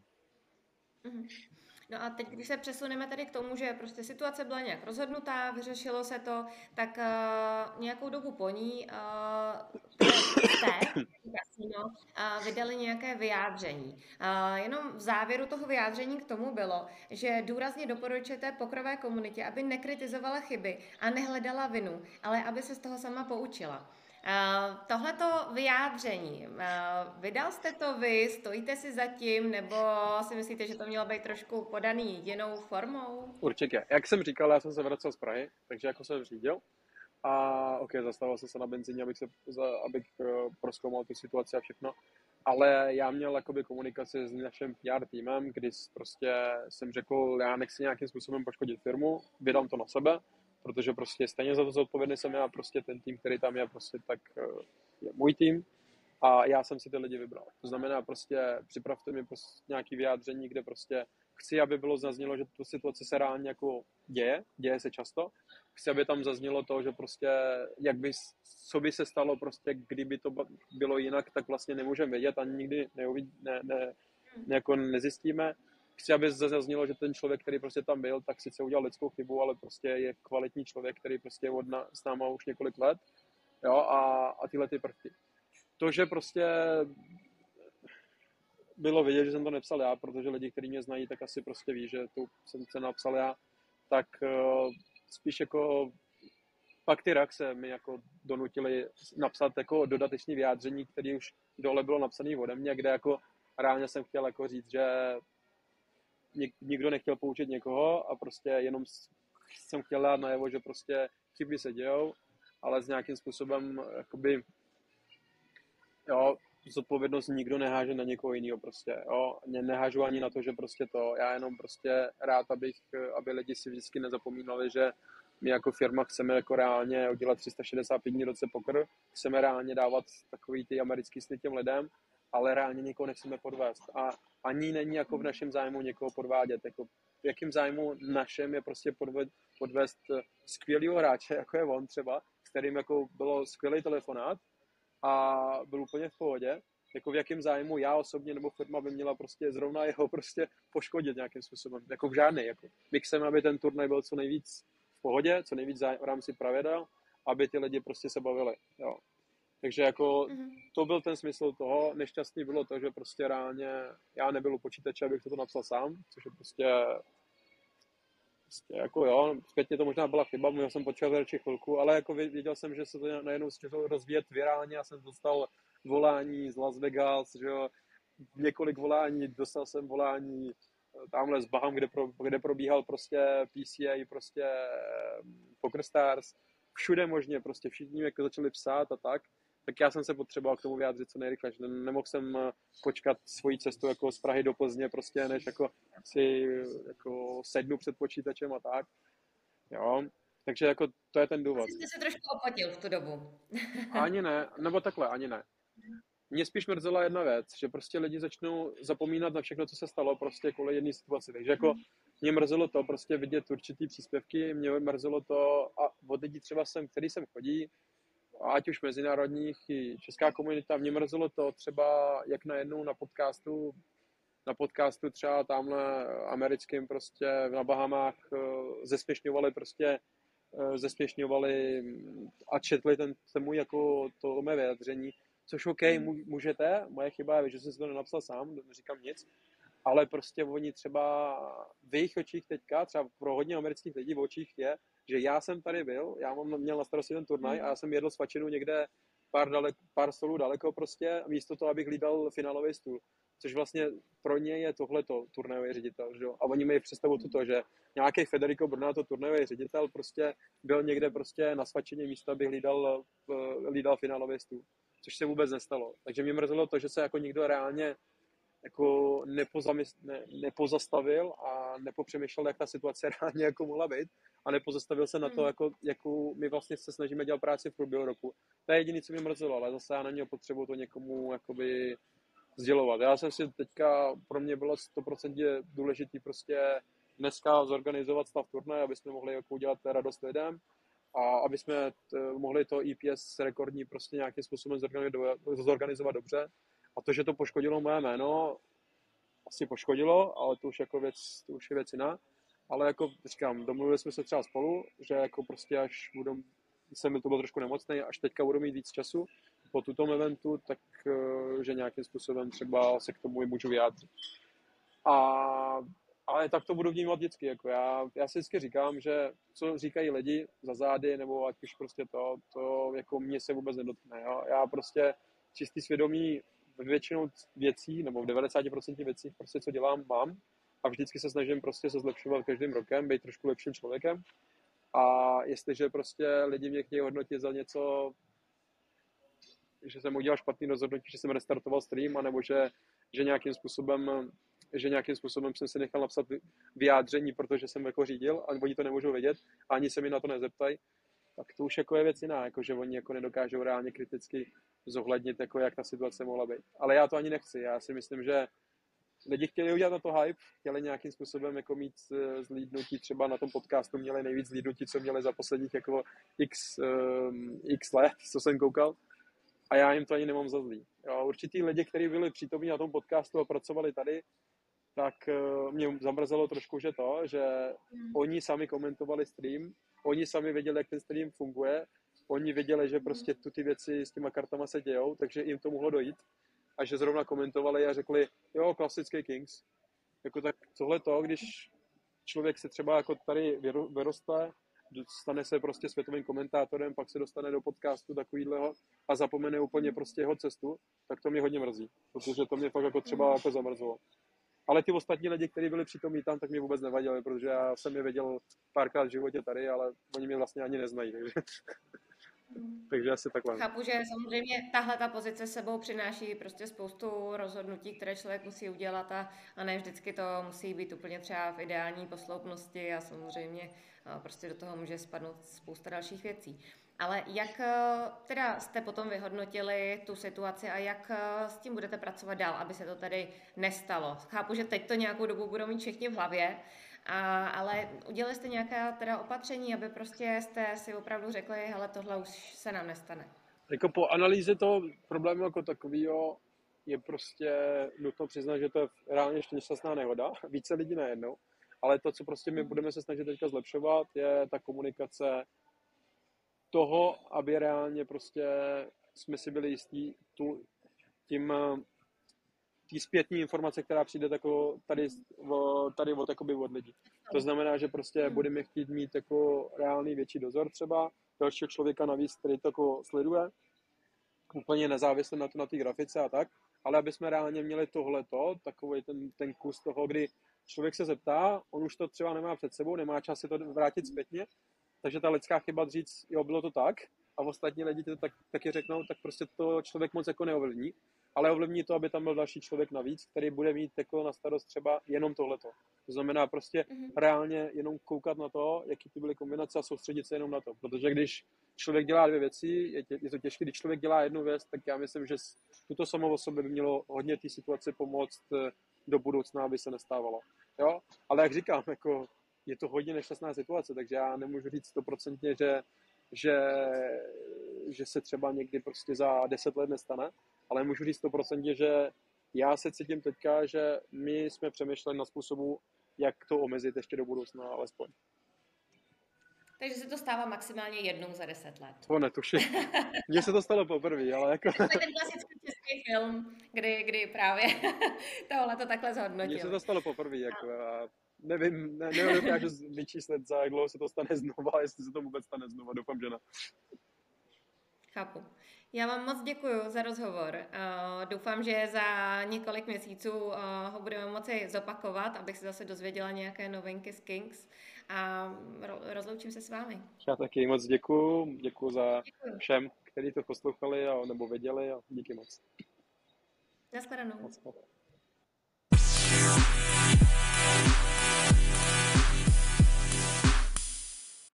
Mm. No a teď, když se přesuneme tady k tomu, že prostě situace byla nějak rozhodnutá, vyřešilo se to, tak uh, nějakou dobu po ní uh, jste, kasino, uh, vydali nějaké vyjádření. Uh, jenom v závěru toho vyjádření k tomu bylo, že důrazně doporučujete pokerové komunitě, aby nekritizovala chyby a nehledala vinu, ale aby se z toho sama poučila. Uh, tohleto vyjádření, uh, vydal jste to vy, stojíte si za tím, nebo si myslíte, že to mělo být trošku podaný jinou formou? Určitě. Jak jsem říkal, já jsem se vracel z Prahy, takže jako jsem řídil a ok, zastavil jsem se na benzíně, abych, se, abych uh, prozkoumal tu situaci a všechno, ale já měl jakoby komunikaci s naším P R týmem, kdy prostě jsem řekl, já nechci nějakým způsobem poškodit firmu, vydám to na sebe, protože prostě stejně za to zodpovědný jsem já, prostě ten tým, který tam je, prostě tak je můj tým a já jsem si ty lidi vybral. To znamená prostě připravte mi prostě nějaký vyjádření, kde prostě chci, aby bylo zaznělo, že tu situace se reálně jako děje, děje se často. Chci, aby tam zaznělo to, že prostě jak by, co by se stalo prostě, kdyby to bylo jinak, tak vlastně nemůžeme vědět, ani nikdy neuvidí, ne, ne, ne, jako nezjistíme. Chci, aby zaznělo, že ten člověk, který prostě tam byl, tak sice udělal lidskou chybu, ale prostě je kvalitní člověk, který prostě je odna, s náma už několik let, jo, a, a tyhle ty prvky. To, že prostě bylo vidět, že jsem to nepsal já, protože lidi, kteří mě znají, tak asi prostě ví, že to jsem se napsal já, tak uh, spíš jako pak ty reakce mi jako donutili napsat jako dodatečné vyjádření, které už dole bylo napsané ode mě, kde jako reálně jsem chtěl jako říct, že nik, nikdo nechtěl poučit někoho a prostě jenom jsem chtěl dát najevo, že prostě chyby se dějou, ale s nějakým způsobem jakoby jo, zodpovědnost nikdo neháže na někoho jiného prostě, jo, nehážu ani na to, že prostě to, já jenom prostě rád, abych, aby lidi si vždycky nezapomínali, že my jako firma chceme jako reálně udělat tři sta šedesát pět dní roce poker, chceme reálně dávat takový ty americký sny těm lidem, ale reálně někoho nechceme podvést a ani není jako v našem zájmu někoho podvádět, jako v jakým zájmu našem je prostě podved, podvést skvělýho hráče, jako je on třeba, s kterým jako bylo skvělý telefonát, a byl úplně v pohodě, jako v jakém zájmu já osobně nebo firma by měla prostě zrovna jeho prostě poškodit nějakým způsobem, jako v žádný, jako my chceme, aby ten turnaj byl co nejvíc v pohodě, co nejvíc v rámci pravidel, aby ty lidi prostě se bavili, jo. Takže jako mm-hmm. to byl ten smysl toho, nešťastný bylo to, že prostě reálně já nebyl u počítače, abych to napsal sám, což je prostě Prostě jako jo, zpětně to možná byla chyba, měl jsem počítat radši chvilku, ale jako věděl jsem, že se to najednou chtělo rozvíjet virálně, já jsem dostal volání z Las Vegas, že jo, několik volání, dostal jsem volání tamhle z Baham, kde, pro, kde probíhal prostě P C A, prostě PokerStars, všude možně, prostě všichni jako začali psát a tak, tak já jsem se potřeboval k tomu vyjádřit co nejrychleji. Nemohl jsem počkat svoji cestu jako z Prahy do Plzně, prostě než jako si jako sednu před počítačem a tak. Jo, takže jako to je ten důvod. Asi jste se trošku opotil v tu dobu. Ani ne, nebo takhle, ani ne. Mě spíš mrzela jedna věc, že prostě lidi začnou zapomínat na všechno, co se stalo prostě kvůli jedné situaci. Takže jako mě mrzelo to prostě vidět určitý příspěvky, mě mrzelo to a od lidí třeba sem, který sem chodí, ať už mezinárodních i česká komunita, mě mrzelo to třeba, jak najednou na podcastu, na podcastu třeba tamhle americkým prostě na Bahamách zesměšňovali prostě, zesměšňovali a četli ten, ten můj jako to mé vyjadření, což OK, můžete, moje chyba je, že jsem si to nenapsal sám, neříkám nic, ale prostě oni třeba v jejich očích teďka, třeba pro hodně amerických lidí v očích je, že já jsem tady byl, já mám měl na starosti ten turnaj a já jsem jedl svačinu někde pár, dalek, pár stolů daleko prostě, místo toho, abych hlídal finálový stůl. Což vlastně pro ně je tohleto turnajový ředitel, že jo? A oni mají představu toto, že nějaký Federico Brunato turnajový ředitel prostě byl někde prostě na svačině místo, aby hlídal, hlídal finálový stůl. Což se vůbec nestalo. Takže mě mrzelo to, že se jako nikdo reálně jako nepozamysl, ne, nepozastavil a nepopřemýšlel, jak ta situace reálně jako mohla být a nepozastavil se na to, jako, jakou my vlastně se snažíme dělat práci v průběhu roku. To je jediné, co mě mrzelo, ale zase já neměl potřebu to někomu jakoby sdělovat. Já jsem si teďka, pro mě bylo sto procent důležitý prostě dneska zorganizovat stav turnaje, aby jsme mohli jako udělat radost lidem a aby jsme t, mohli to E P S rekordní prostě nějakým způsobem zorganizovat, zorganizovat dobře. A to, že to poškodilo moje jméno, asi poškodilo, ale to už, jako věc, to už je věc jiná. Ale jako říkám, domluvili jsme se třeba spolu, že jako prostě až budu, jsem to byl trošku nemocný, až teďka budu mít víc času po tuto eventu, tak že nějakým způsobem třeba se k tomu i můžu vyjádřit. A, ale tak to budu vnímat vždycky. Jako já, já si vždycky říkám, že co říkají lidi za zády, nebo ať už prostě to, to jako mě se vůbec nedotkne. Jo? Já prostě čistý svědomí většinou věcí, nebo v devadesát procent věcí, prostě co dělám, mám a vždycky se snažím prostě se zlepšovat každým rokem, být trošku lepším člověkem a jestliže prostě lidi mě chtějí hodnotit za něco, že jsem udělal špatný rozhodnutí, že jsem restartoval stream, anebo že, že nějakým způsobem že nějakým způsobem jsem se nechal napsat vyjádření, protože jsem jako řídil a oni to nemůžou vědět a ani se mi na to nezeptají, tak to už jako je věc jiná, jako že oni jako nedokážou reálně kriticky zohlednit, jako jak ta situace mohla být. Ale já to ani nechci, já si myslím, že lidi chtěli udělat na to hype, chtěli nějakým způsobem jako mít zlídnutí, třeba na tom podcastu měli nejvíc zlídnutí, co měli za posledních jako x, um, x let, co jsem koukal. A já jim to ani nemám za zlý. Jo, určitý lidi, kteří byli přítomní na tom podcastu a pracovali tady, tak uh, mě zamrzelo trošku, že to, že mm. oni sami komentovali stream, oni sami věděli, jak ten stream funguje, oni věděli, že prostě tu ty věci s těma kartama se dějou, takže jim to mohlo dojít. a že zrovna komentovali a řekli, jo, klasický Kings. Jako tak tohle to, když člověk se třeba jako tady vyroste, stane se prostě světovým komentátorem, pak se dostane do podcastu takovýhleho a zapomene úplně prostě jeho cestu, tak to mě hodně mrzí, protože to mě fakt jako třeba jako zamrzlo. Ale ty ostatní lidi, kteří byli při tom tam, tak mě vůbec nevadili, protože já jsem je viděl párkrát v životě tady, ale oni mě vlastně ani neznají, takže, takže asi takhle. Chápu, že samozřejmě tahle ta pozice sebou přináší prostě spoustu rozhodnutí, které člověk musí udělat a, a ne vždycky to musí být úplně třeba v ideální posloupnosti a samozřejmě prostě do toho může spadnout spousta dalších věcí. Ale jak teda jste potom vyhodnotili tu situaci a jak s tím budete pracovat dál, aby se to tady nestalo? Chápu, že teď to nějakou dobu budou mít všichni v hlavě, a, ale udělali jste nějaká teda opatření, aby prostě jste si opravdu řekli, hele, tohle už se nám nestane? Jako po analýze toho problému jako takového je prostě nutno přiznat, že to je reálně ještě nešťastná nehoda, více lidí najednou, ale to, co prostě my budeme se snažit teďka zlepšovat, je ta komunikace toho, aby reálně prostě jsme si byli jistí tu, tím tý zpětní informace, která přijde tako, tady, tady od, jakoby od lidí. To znamená, že prostě budeme chtít mít jako reálný větší dozor třeba, dalšího člověka navíc, který to jako sleduje, úplně nezávisle na to, na té grafice a tak, ale aby jsme reálně měli tohleto, takový ten, ten kus toho, kdy člověk se zeptá, on už to třeba nemá před sebou, nemá čas si to vrátit zpětně, takže ta lidská chyba říct, jo, bylo to tak, a ostatní lidi to tak, taky řeknou, tak prostě to člověk moc jako neovlivní, ale ovlivní to, aby tam byl další člověk navíc, který bude mít jako na starost třeba jenom tohleto. To znamená prostě mm-hmm. reálně jenom koukat na to, jaký ty byly kombinace a soustředit se jenom na to. Protože když člověk dělá dvě věci, je, tě, je to těžké, když člověk dělá jednu věc, tak já myslím, že tuto samo o sobě by mělo hodně té situaci pomoct do budoucna, aby se nestávalo. Jo? Ale jak říkám, jako je to hodně nešťastná situace, takže já nemůžu říct stoprocentně, že, že, že se třeba někdy prostě za deset let nestane, ale můžu říct stoprocentně, že já se cítím teďka, že my jsme přemýšleli na způsobu, jak to omezit ještě do budoucna alespoň. Takže se to stává maximálně jednou za deset let. To netuším. Mně se to stalo poprvé, ale jako... To je ten klasický český film, kdy, kdy právě tohle to takhle zhodnotil. Mně se to stalo poprvé, jako a nevím, ne, nedokážu vyčíslit, za jak dlouho se to stane znova, jestli se to vůbec stane znova, doufám, že ne. Chápu. Já vám moc děkuji za rozhovor. Uh, doufám, že za několik měsíců uh, ho budeme moci zopakovat, abych se zase dozvěděla nějaké novinky z Kings a ro- rozloučím se s vámi. Já taky moc děkuji. Děkuji za děkuju. Všem, kteří to poslouchali a, nebo věděli a díky moc. Naschledanou.